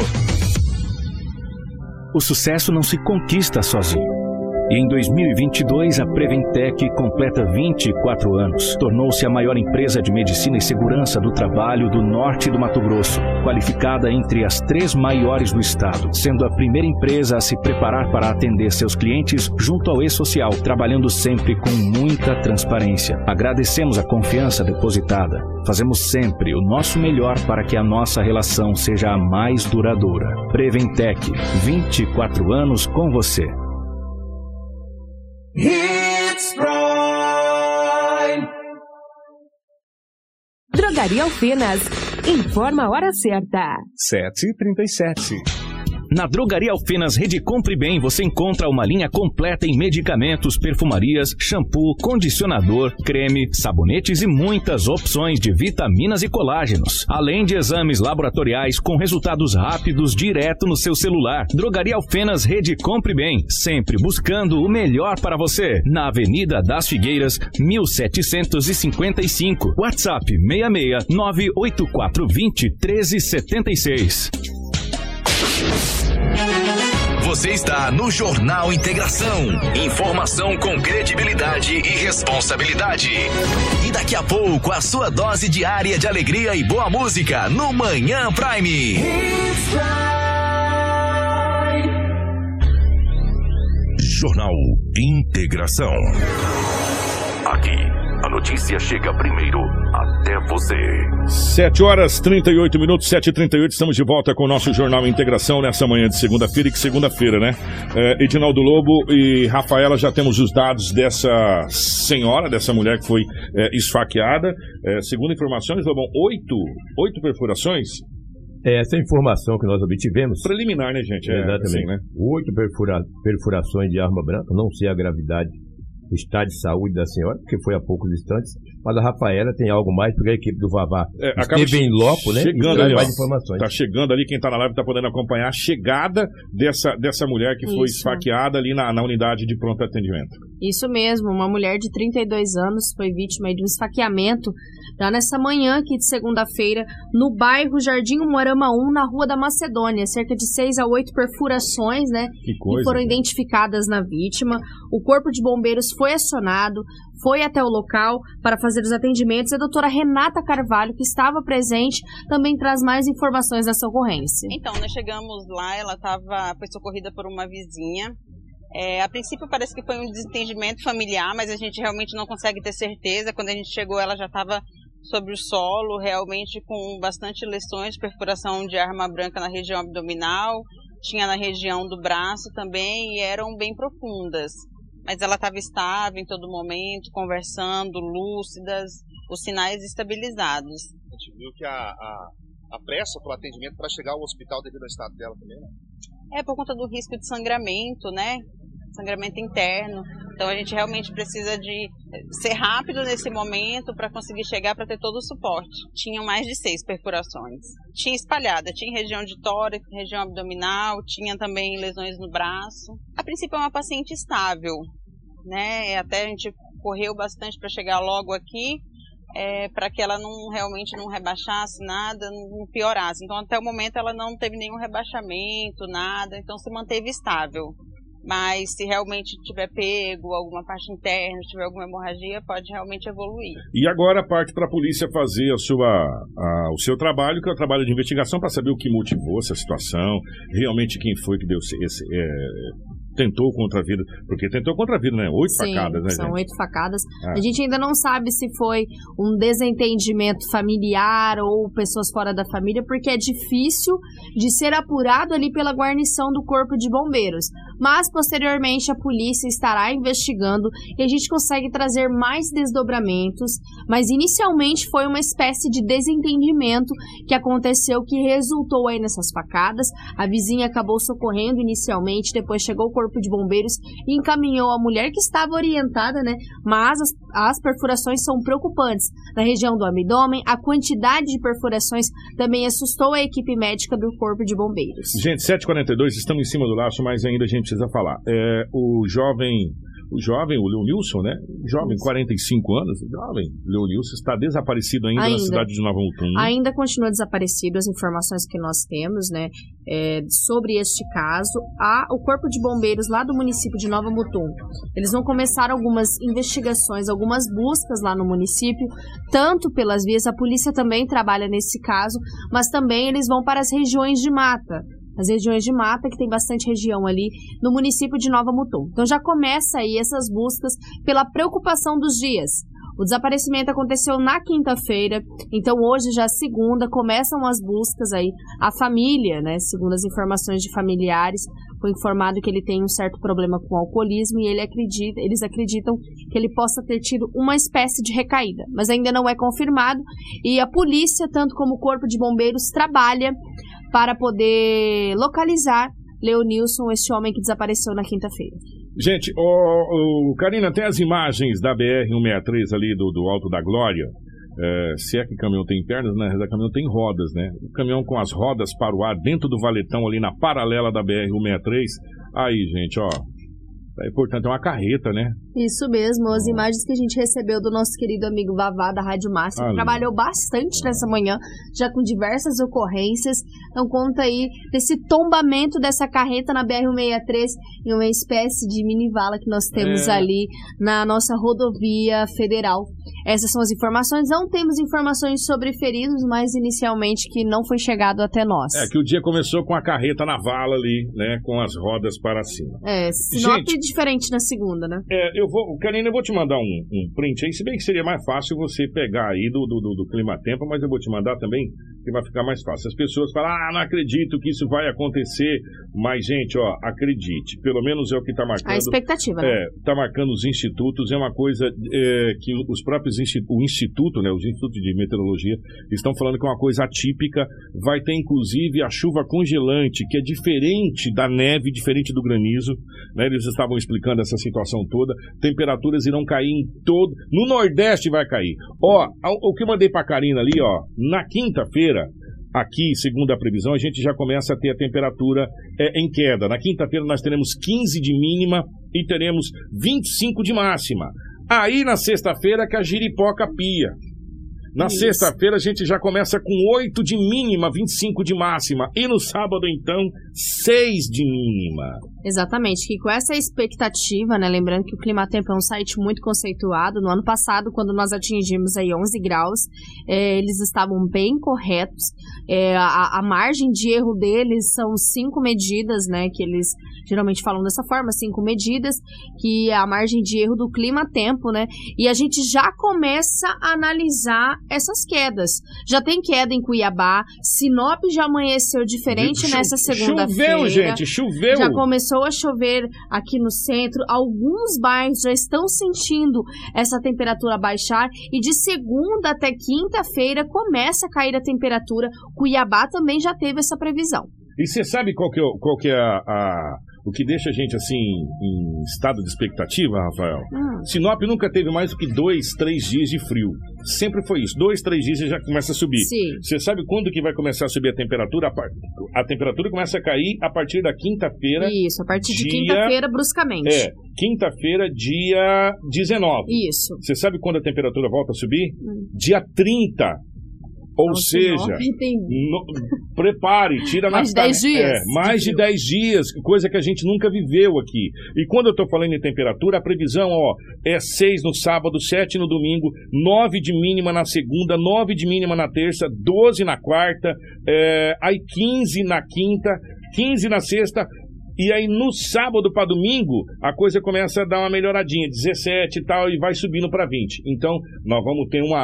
O sucesso não se conquista sozinho. E em 2022, a Preventec completa 24 anos. Tornou-se a maior empresa de medicina e segurança do trabalho do norte do Mato Grosso, qualificada entre as 3 maiores do estado, sendo a primeira empresa a se preparar para atender seus clientes junto ao E-Social, trabalhando sempre com muita transparência. Agradecemos a confiança depositada. Fazemos sempre o nosso melhor para que a nossa relação seja a mais duradoura. Preventec, 24 anos com você. Hits Prime. Drogaria Alfenas. Informa a hora certa. 7h37. Na Drogaria Alfenas Rede Compre Bem você encontra uma linha completa em medicamentos, perfumarias, shampoo, condicionador, creme, sabonetes e muitas opções de vitaminas e colágenos. Além de exames laboratoriais com resultados rápidos direto no seu celular. Drogaria Alfenas Rede Compre Bem, sempre buscando o melhor para você. Na Avenida das Figueiras, 1755. WhatsApp 66 98420 1376. Você está no Jornal Integração. Informação com credibilidade e responsabilidade. E daqui a pouco, a sua dose diária de alegria e boa música no Manhã Prime. Jornal Integração. Aqui, a notícia chega primeiro até você. 7h38, 7h38, estamos de volta com o nosso Jornal Integração nessa manhã de segunda-feira, e que segunda-feira, né? Edinaldo Lobo e Rafaela, já temos os dados dessa senhora, dessa mulher que foi esfaqueada. Segundo informações, Lobão, 8 perfurações? Essa informação que nós obtivemos... Preliminar, né, gente? Exatamente. Assim, né? 8 perfurações de arma branca, não sei a gravidade, estado de saúde da senhora, porque foi há poucos instantes, mas a Rafaela tem algo mais, porque a equipe do Vavá esteve em loco, né? Chegando ali, mais informações. Tá chegando ali, quem tá na live tá podendo acompanhar a chegada dessa mulher que foi esfaqueada ali na unidade de pronto atendimento. Isso mesmo, uma mulher de 32 anos foi vítima de um esfaqueamento já nessa manhã aqui de segunda-feira, no bairro Jardim Moarama 1, na Rua da Macedônia. Cerca de 6 a 8 perfurações, né? Que coisa, que foram identificadas na vítima. O Corpo de Bombeiros foi acionado, foi até o local para fazer os atendimentos. E a doutora Renata Carvalho, que estava presente, também traz mais informações dessa ocorrência. Então, nós chegamos lá, ela foi socorrida por uma vizinha. A princípio parece que foi um desentendimento familiar, mas a gente realmente não consegue ter certeza. Quando a gente chegou, ela já estava sobre o solo, realmente com bastante lesões, perfuração de arma branca na região abdominal, tinha na região do braço também, e eram bem profundas. Mas ela estava estável em todo momento, conversando, lúcidas, os sinais estabilizados. A gente viu que a pressa pelo atendimento para chegar ao hospital devido ao estado dela também, né? Por conta do risco de sangramento, né? Sangramento interno. Então a gente realmente precisa de ser rápido nesse momento para conseguir chegar, para ter todo o suporte. Tinham mais de 6 perfurações. Tinha espalhada, tinha região de tórax, região abdominal, tinha também lesões no braço. A princípio é uma paciente estável, né? Até a gente correu bastante para chegar logo aqui, para que ela realmente não rebaixasse nada, não piorasse. Então até o momento ela não teve nenhum rebaixamento, nada, então se manteve estável. Mas se realmente tiver pego alguma parte interna, tiver alguma hemorragia, pode realmente evoluir. E agora parte para a polícia fazer o seu trabalho, que é o trabalho de investigação, para saber o que motivou essa situação, realmente quem foi que deu tentou contra a vida, porque tentou contra a vida, né? 8 facadas, né, são gente? 8 facadas. A gente ainda não sabe se foi um desentendimento familiar ou pessoas fora da família, porque é difícil de ser apurado ali pela guarnição do Corpo de Bombeiros. Mas, posteriormente, a polícia estará investigando e a gente consegue trazer mais desdobramentos. Mas, inicialmente, foi uma espécie de desentendimento que aconteceu, que resultou aí nessas facadas. A vizinha acabou socorrendo inicialmente, depois chegou o Corpo de Bombeiros e encaminhou a mulher, que estava orientada, né? Mas as perfurações são preocupantes. Na região do abdômen, a quantidade de perfurações também assustou a equipe médica do Corpo de Bombeiros. Gente, 7h42, estamos em cima do laço, mas ainda a gente precisa falar. O jovem, o Leonilson, né? Jovem, 45 anos, jovem Leonilson, está desaparecido ainda na cidade de Nova Mutum. Ainda continua desaparecido. As informações que nós temos, né, sobre este caso, o Corpo de Bombeiros lá do município de Nova Mutum, eles vão começar algumas investigações, algumas buscas lá no município, tanto pelas vias, a polícia também trabalha nesse caso, mas também eles vão para as regiões de mata. As regiões de mata, que tem bastante região ali no município de Nova Mutum. Então já começa aí essas buscas pela preocupação dos dias. O desaparecimento aconteceu na quinta-feira, então hoje, já segunda, começam as buscas aí. A família, né, segundo as informações de familiares, foi informado que ele tem um certo problema com o alcoolismo e eles acreditam que ele possa ter tido uma espécie de recaída, mas ainda não é confirmado. E a polícia, tanto como o Corpo de Bombeiros, trabalha para poder localizar Leonilson, este homem que desapareceu na quinta-feira. Gente, Karina, tem as imagens da BR-163 ali do Alto da Glória. Se é que caminhão tem pernas, né? O caminhão tem rodas, né? O caminhão com as rodas para o ar dentro do valetão ali na paralela da BR-163. Aí, gente, ó. Portanto, é uma carreta, né? Isso mesmo, as imagens que a gente recebeu do nosso querido amigo Vavá da Rádio Massa, que trabalhou bastante nessa manhã, já com diversas ocorrências. Então conta aí desse tombamento dessa carreta na BR-163 em uma espécie de minivala que nós temos ali na nossa rodovia federal. Essas são as informações. Não temos informações sobre feridos, mas inicialmente que não foi chegado até nós. Que o dia começou com a carreta na vala ali, né? Com as rodas para cima. Sinop diferente na segunda, né? Karina, eu vou te mandar um print aí, se bem que seria mais fácil você pegar aí do Climatempo, mas eu vou te mandar também, que vai ficar mais fácil. As pessoas falam, não acredito que isso vai acontecer, mas, gente, acredite, pelo menos é o que está marcando. A expectativa, né? Está marcando os institutos, é uma coisa que os próprios o Instituto, né, os Institutos de Meteorologia, estão falando que é uma coisa atípica, vai ter inclusive a chuva congelante, que é diferente da neve, diferente do granizo, né? Eles estavam explicando essa situação toda. Temperaturas irão cair em todo... No Nordeste vai cair. O que eu mandei pra Karina ali, na quinta-feira, aqui, segundo a previsão, a gente já começa a ter a temperatura em queda. Na quinta-feira nós teremos 15 de mínima e teremos 25 de máxima. Aí na sexta-feira que a giripoca pia. Na sexta-feira a gente já começa com 8 de mínima, 25 de máxima. E no sábado, então, 6 de mínima. Exatamente, que com essa expectativa, né, lembrando que o Climatempo é um site muito conceituado, no ano passado, quando nós atingimos aí 11 graus, eles estavam bem corretos, a margem de erro deles são 5 medidas, né, que eles geralmente falam dessa forma, 5 medidas, que é a margem de erro do Climatempo, né, e a gente já começa a analisar essas quedas. Já tem queda em Cuiabá, Sinop já amanheceu diferente nessa segunda-feira. Choveu, gente, choveu. Já começou a chover aqui no centro, alguns bairros já estão sentindo essa temperatura baixar e de segunda até quinta-feira começa a cair a temperatura. Cuiabá também já teve essa previsão. E você sabe qual que é o que deixa a gente assim em estado de expectativa, Rafael? Sinop nunca teve mais do que 2, 3 dias de frio. Sempre foi isso. 2, 3 dias já começa a subir. Sim. Você sabe quando que vai começar a subir a temperatura? A temperatura começa a cair a partir da quinta-feira. Isso, a partir de quinta-feira, bruscamente. Quinta-feira, dia 19. Isso. Você sabe quando a temperatura volta a subir? Dia 30. Ou seja, prepare, tira mais de 10 dias. Mais de 10 dias, coisa que a gente nunca viveu aqui. E quando eu estou falando em temperatura, a previsão é 6 no sábado, 7 no domingo, 9 de mínima na segunda, 9 de mínima na terça, 12 na quarta, aí 15 na quinta, 15 na sexta. E aí no sábado para domingo a coisa começa a dar uma melhoradinha, 17 e tal, e vai subindo para 20. Então nós vamos ter um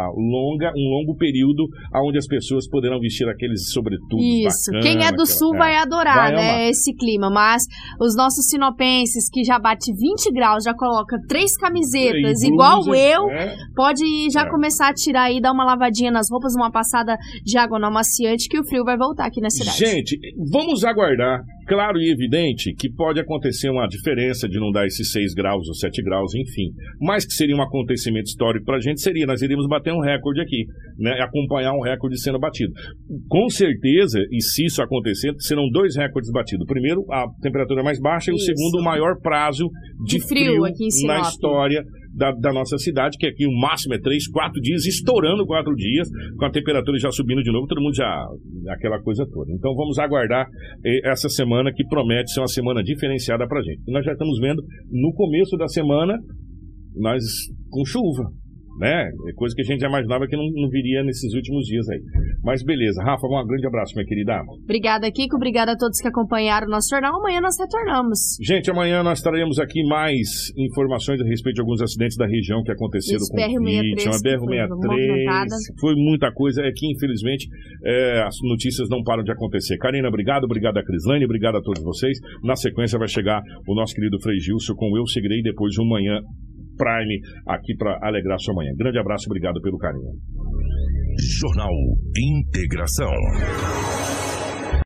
longo período onde as pessoas poderão vestir aqueles sobretudos bacanas. Quem é do sul vai adorar, né, esse clima. Mas os nossos sinopenses que já bate 20 graus, já coloca 3 camisetas, igual eu, pode já começar a tirar aí, dar uma lavadinha nas roupas, uma passada de água no amaciante, que o frio vai voltar aqui na cidade. Gente, vamos aguardar. Claro e evidente que pode acontecer uma diferença de não dar esses 6 graus ou 7 graus, enfim. Mas que seria um acontecimento histórico pra gente, nós iríamos bater um recorde aqui, né? Acompanhar um recorde sendo batido. Com certeza, e se isso acontecer, serão 2 recordes batidos. O primeiro, a temperatura mais baixa, e o segundo, o maior prazo de frio aqui em na história da nossa cidade, que aqui o máximo é 3, 4 dias, estourando 4 dias, com a temperatura já subindo de novo, todo mundo já... aquela coisa toda. Então vamos aguardar essa semana, que promete ser uma semana diferenciada pra gente. E nós já estamos vendo, no começo da semana, nós com chuva, né? Coisa que a gente já imaginava que não viria nesses últimos dias aí. Mas beleza. Rafa, um grande abraço, minha querida. Obrigada, Kiko. Obrigada a todos que acompanharam o nosso jornal. Amanhã nós retornamos. Gente, amanhã nós traremos aqui mais informações a respeito de alguns acidentes da região que aconteceram com vítima. BR-163. Foi muita coisa. É que, infelizmente, as notícias não param de acontecer. Karina, obrigado. Obrigado a Crislane. Obrigado a todos vocês. Na sequência vai chegar o nosso querido Frei Gilson com Eu Seguirei, depois um Manhã Prime aqui para alegrar sua manhã. Grande abraço, obrigado pelo carinho. Jornal Integração.